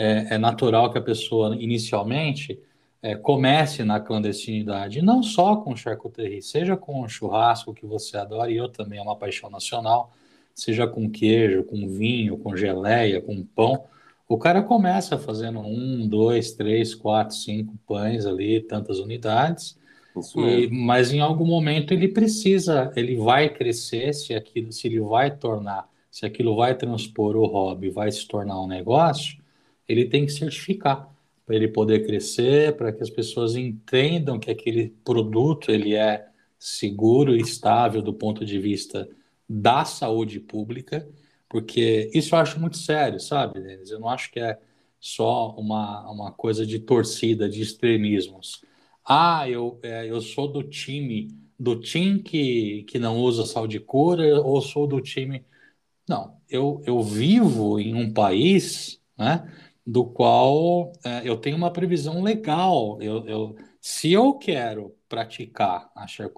É natural que a pessoa inicialmente comece na clandestinidade, não só com charcuterie, seja com o churrasco que você adora, e eu também é uma paixão nacional, seja com queijo, com vinho, com geleia, com pão. O cara começa fazendo um, dois, três, quatro, cinco pães ali, tantas unidades, Isso mesmo. mas em algum momento ele precisa, ele vai crescer, se aquilo, se ele vai tornar, se aquilo vai transpor o hobby, vai se tornar um negócio, ele tem que certificar para ele poder crescer, para que as pessoas entendam que aquele produto ele é seguro e estável do ponto de vista da saúde pública, porque isso eu acho muito sério, sabe, Denis? Eu não acho que é só uma coisa de torcida, de extremismos. Ah, eu sou do time que não usa sal de cura, ou sou do time. Não, eu vivo em um país, né, do qual eu tenho uma previsão legal. Se eu quero praticar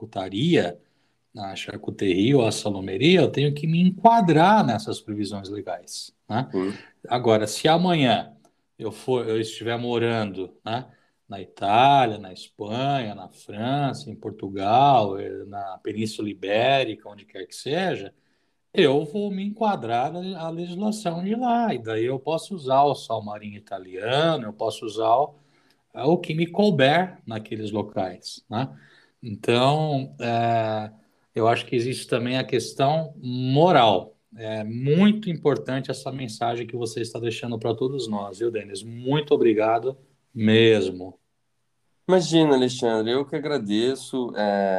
a charcuteria ou a salomeria, eu tenho que me enquadrar nessas previsões legais, né? Sim. Agora, se amanhã eu estiver morando, né, na Itália, na Espanha, na França, em Portugal, na Península Ibérica, onde quer que seja, eu vou me enquadrar na legislação de lá. E daí eu posso usar o salmarinho italiano, eu posso usar o que me couber naqueles locais, né? Então, eu acho que existe também a questão moral. É muito importante essa mensagem que você está deixando para todos nós, viu, Denis? Muito obrigado mesmo. Imagina, Alexandre, eu que agradeço.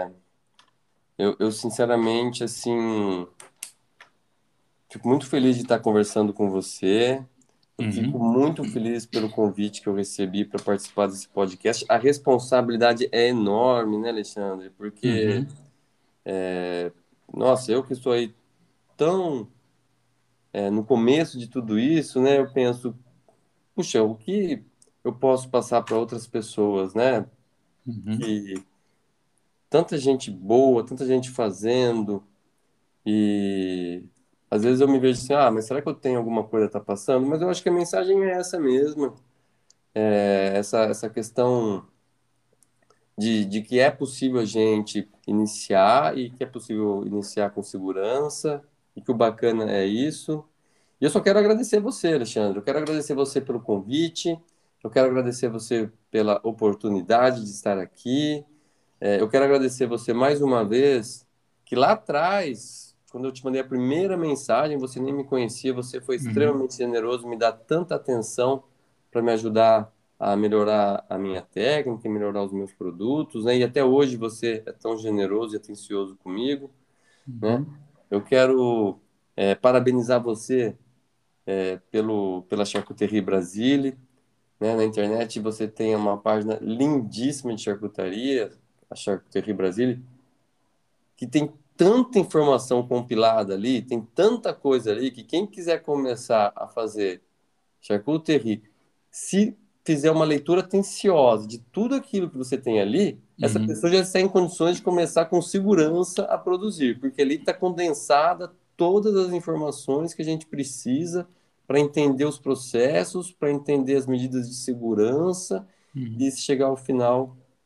Eu sinceramente, assim, fico muito feliz de estar conversando com você. Eu fico Uhum, muito feliz pelo convite que eu recebi para participar desse podcast. A responsabilidade é enorme, né, Alexandre? Porque, uhum, nossa, eu que estou aí tão no começo de tudo isso, né? Eu penso, puxa, o que eu posso passar para outras pessoas, né? uhum, Que tanta gente boa, tanta gente fazendo, e às vezes eu me vejo assim, mas será que eu tenho alguma coisa a estar passando? Mas eu acho que a mensagem é essa mesmo, essa questão de que é possível a gente iniciar e que é possível iniciar com segurança e que o bacana é isso. E eu só quero agradecer você, Alexandre. Eu quero agradecer você pelo convite, eu quero agradecer você pela oportunidade de estar aqui. Eu quero agradecer você mais uma vez, que lá atrás, quando eu te mandei a primeira mensagem, você nem me conhecia, você foi uhum, extremamente generoso, me dá tanta atenção para me ajudar a melhorar a minha técnica, melhorar os meus produtos, né? E até hoje você é tão generoso e atencioso comigo, né? uhum, Eu quero parabenizar você pela Charcuterie Brasile, né? Na internet você tem uma página lindíssima de charcutaria, a Charcuterie Brasile, que tem tanta informação compilada ali, tem tanta coisa ali, que quem quiser começar a fazer charcuterie, se fizer uma leitura atenciosa de tudo aquilo que você tem ali, essa uhum, pessoa já está em condições de começar com segurança a produzir, porque ali está condensada todas as informações que a gente precisa para entender os processos, para entender as medidas de segurança uhum. e chegar ao final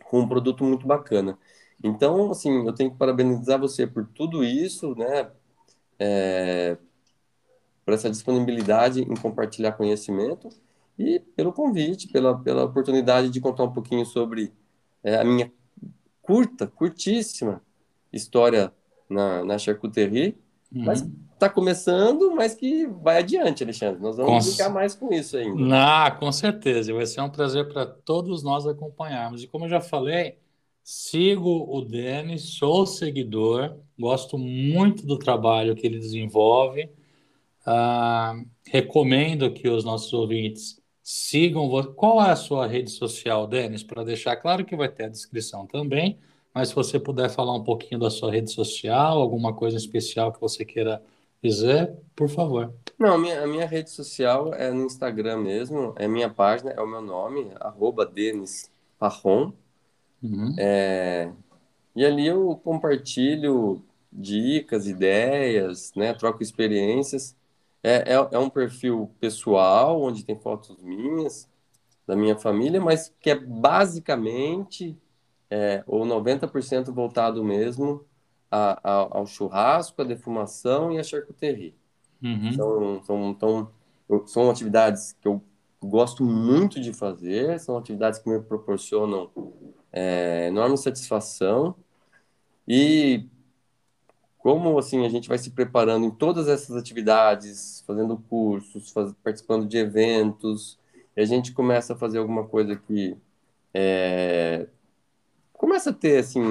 com um produto muito bacana. Então, assim, eu tenho que parabenizar você por tudo isso, né? Por essa disponibilidade em compartilhar conhecimento e pelo convite, pela oportunidade de contar um pouquinho sobre a minha curtíssima história na charcuterie, mas Uhum. está começando, mas que vai adiante, Alexandre. Nós Com, vamos brincar mais com isso ainda. com certeza, vai ser um prazer para todos nós acompanharmos. E como eu já falei, sigo o Denis, sou seguidor, gosto muito do trabalho que ele desenvolve. Ah, recomendo que os nossos ouvintes sigam. Qual é a sua rede social, Denis? Para deixar claro que vai ter a descrição também, mas se você puder falar um pouquinho da sua rede social, alguma coisa especial que você queira dizer, por favor. Não, a minha rede social é no Instagram mesmo, é minha página, é o meu nome, @Denis Parron. Uhum, E ali eu compartilho dicas, ideias, né? Troco experiências. É um perfil pessoal, onde tem fotos minhas, da minha família, mas que é basicamente, ou 90% voltado mesmo ao churrasco, à defumação e à charcuterie. uhum, São atividades que eu gosto muito de fazer, são atividades que me proporcionam enorme satisfação. E como assim a gente vai se preparando em todas essas atividades, fazendo cursos, participando de eventos, e a gente começa a fazer alguma coisa que começa a ter assim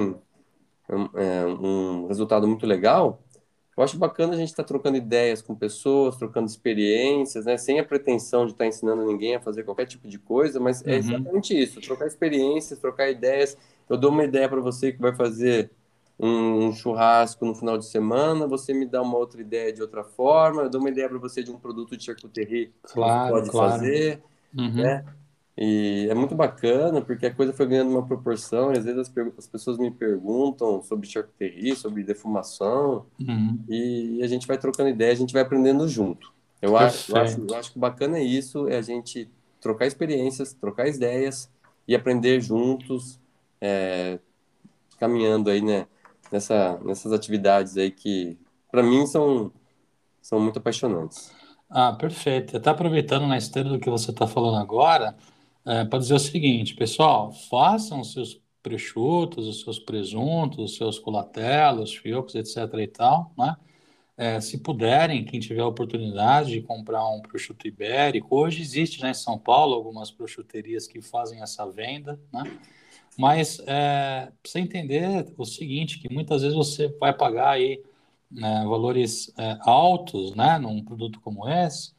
um resultado muito legal. Eu acho bacana a gente estar trocando ideias com pessoas, trocando experiências, né? Sem a pretensão de estar ensinando ninguém a fazer qualquer tipo de coisa, mas é uhum. exatamente isso, trocar experiências, trocar ideias. Eu dou uma ideia para você que vai fazer um churrasco no final de semana, você me dá uma outra ideia de outra forma, eu dou uma ideia para você de um produto de charcuterie que você Claro, pode claro. fazer, Uhum, né? E é muito bacana porque a coisa foi ganhando uma proporção, e às vezes as pessoas me perguntam sobre charcuterie, sobre defumação, uhum. e a gente vai trocando ideia, a gente vai aprendendo junto. Eu Perfeito. acho que o bacana é isso, é a gente trocar experiências, trocar ideias e aprender juntos, caminhando aí, né, nessas atividades aí que, para mim, são muito apaixonantes. Ah, perfeito. Até aproveitando na esteira do que você está falando agora, para dizer o seguinte, pessoal, façam os seus prosciuttos, os seus presuntos, os seus colatellos, fiocos, etc. e tal, né? Se puderem, quem tiver a oportunidade de comprar um prosciutto ibérico, hoje existe já em São Paulo algumas prosciuterias que fazem essa venda, né? Mas precisa entender o seguinte, que muitas vezes você vai pagar aí valores altos, né, num produto como esse,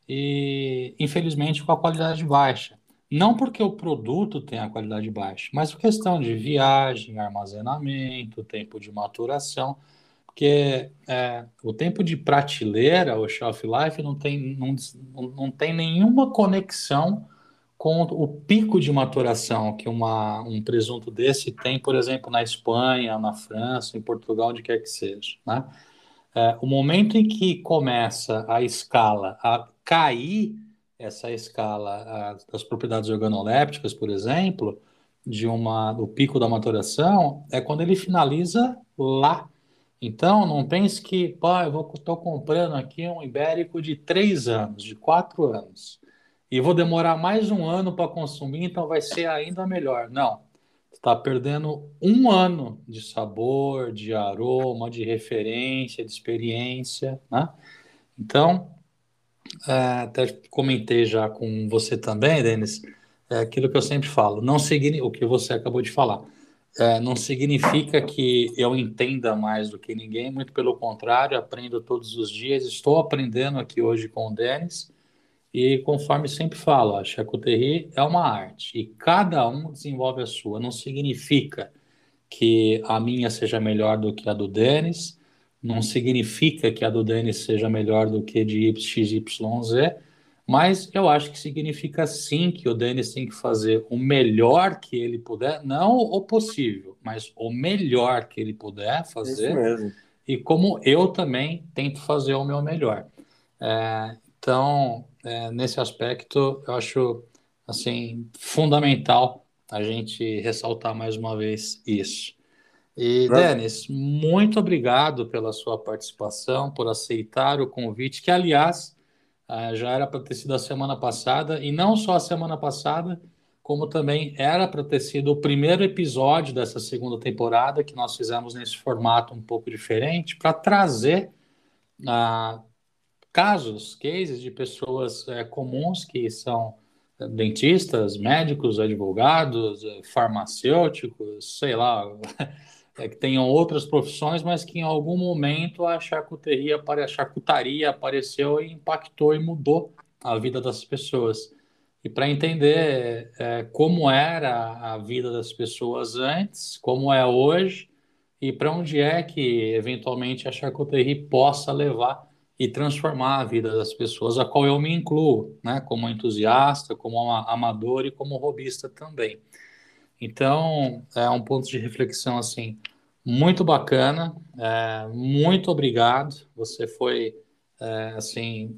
e infelizmente com a qualidade baixa. Não porque o produto tem a qualidade baixa, mas por questão de viagem, armazenamento, tempo de maturação, porque o tempo de prateleira, o shelf life, não tem nenhuma conexão com o pico de maturação que um presunto desse tem, por exemplo, na Espanha, na França, em Portugal, onde quer que seja, né? O momento em que começa a escala a cair, essa escala das propriedades organolépticas, por exemplo, do pico da maturação, é quando ele finaliza lá. Então, não pense que, pô, estou comprando aqui um ibérico de 3 anos, de 4 anos, e vou demorar mais um ano para consumir, então vai ser ainda melhor. Não, está perdendo um ano de sabor, de aroma, de referência, de experiência, né? Então, até comentei já com você também, Denis, é aquilo que eu sempre falo, não significa o que você acabou de falar. Não significa que eu entenda mais do que ninguém, muito pelo contrário, aprendo todos os dias. Estou aprendendo aqui hoje com o Denis, e conforme sempre falo, a charcuterie é uma arte e cada um desenvolve a sua. Não significa que a minha seja melhor do que a do Denis, não significa que a do Denis seja melhor do que de XYZ, mas eu acho que significa sim que o Denis tem que fazer o melhor que ele puder, não o possível, mas o melhor que ele puder É isso fazer, mesmo. e como eu também tento fazer o meu melhor. Então, nesse aspecto, eu acho assim fundamental a gente ressaltar mais uma vez isso. E, Pra- Denis, muito obrigado pela sua participação, por aceitar o convite, que, aliás, já era para ter sido a semana passada, e não só a semana passada, como também era para ter sido o primeiro episódio dessa segunda temporada, que nós fizemos nesse formato um pouco diferente, para trazer ah, casos, cases de pessoas comuns que são dentistas, médicos, advogados, farmacêuticos, sei lá, que tenham outras profissões, mas que em algum momento a charcutaria apareceu e impactou e mudou a vida das pessoas. E para entender como era a vida das pessoas antes, como é hoje, e para onde é que eventualmente a charcuterie possa levar e transformar a vida das pessoas, a qual eu me incluo, né, como entusiasta, como amador e como hobbyista também. Então, é um ponto de reflexão assim muito bacana. Muito obrigado. Você foi assim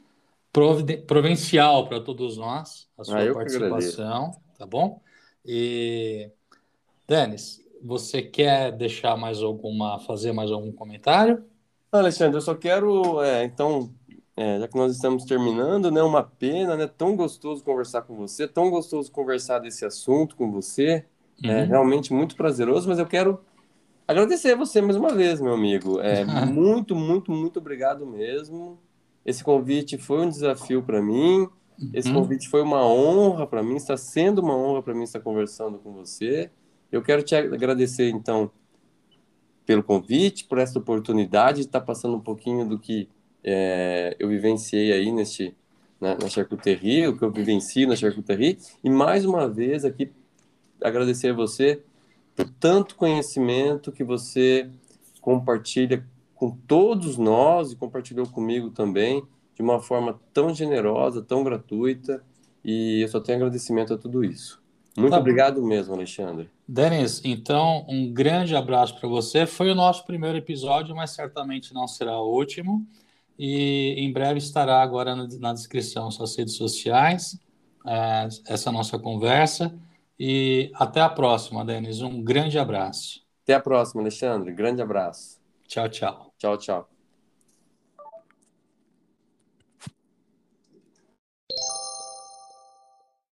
providencial para todos nós a Ah, sua eu que agradeço. participação, tá bom? E Denis, você quer deixar fazer mais algum comentário? Alexandre, eu só quero, então, já que nós estamos terminando, né, uma pena, né, tão gostoso conversar com você, tão gostoso conversar desse assunto com você, é Uhum. realmente muito prazeroso, mas eu quero agradecer a você mais uma vez, meu amigo. Muito, muito, muito obrigado mesmo. Esse convite foi um desafio para mim, esse Uhum. convite foi uma honra para mim, está sendo uma honra para mim estar conversando com você. Eu quero te agradecer, então, pelo convite, por essa oportunidade de estar passando um pouquinho do que eu vivenciei aí na charcuterie, o que eu vivencio na charcuterie, e mais uma vez aqui agradecer a você por tanto conhecimento que você compartilha com todos nós e compartilhou comigo também de uma forma tão generosa, tão gratuita, e eu só tenho agradecimento a tudo isso. Muito Tá. obrigado mesmo, Alexandre. Denis, então, um grande abraço para você. Foi o nosso primeiro episódio, mas certamente não será o último. E em breve estará agora na descrição suas redes sociais, essa nossa conversa. E até a próxima, Denis. Um grande abraço. Até a próxima, Alexandre. Grande abraço. Tchau, tchau. Tchau, tchau.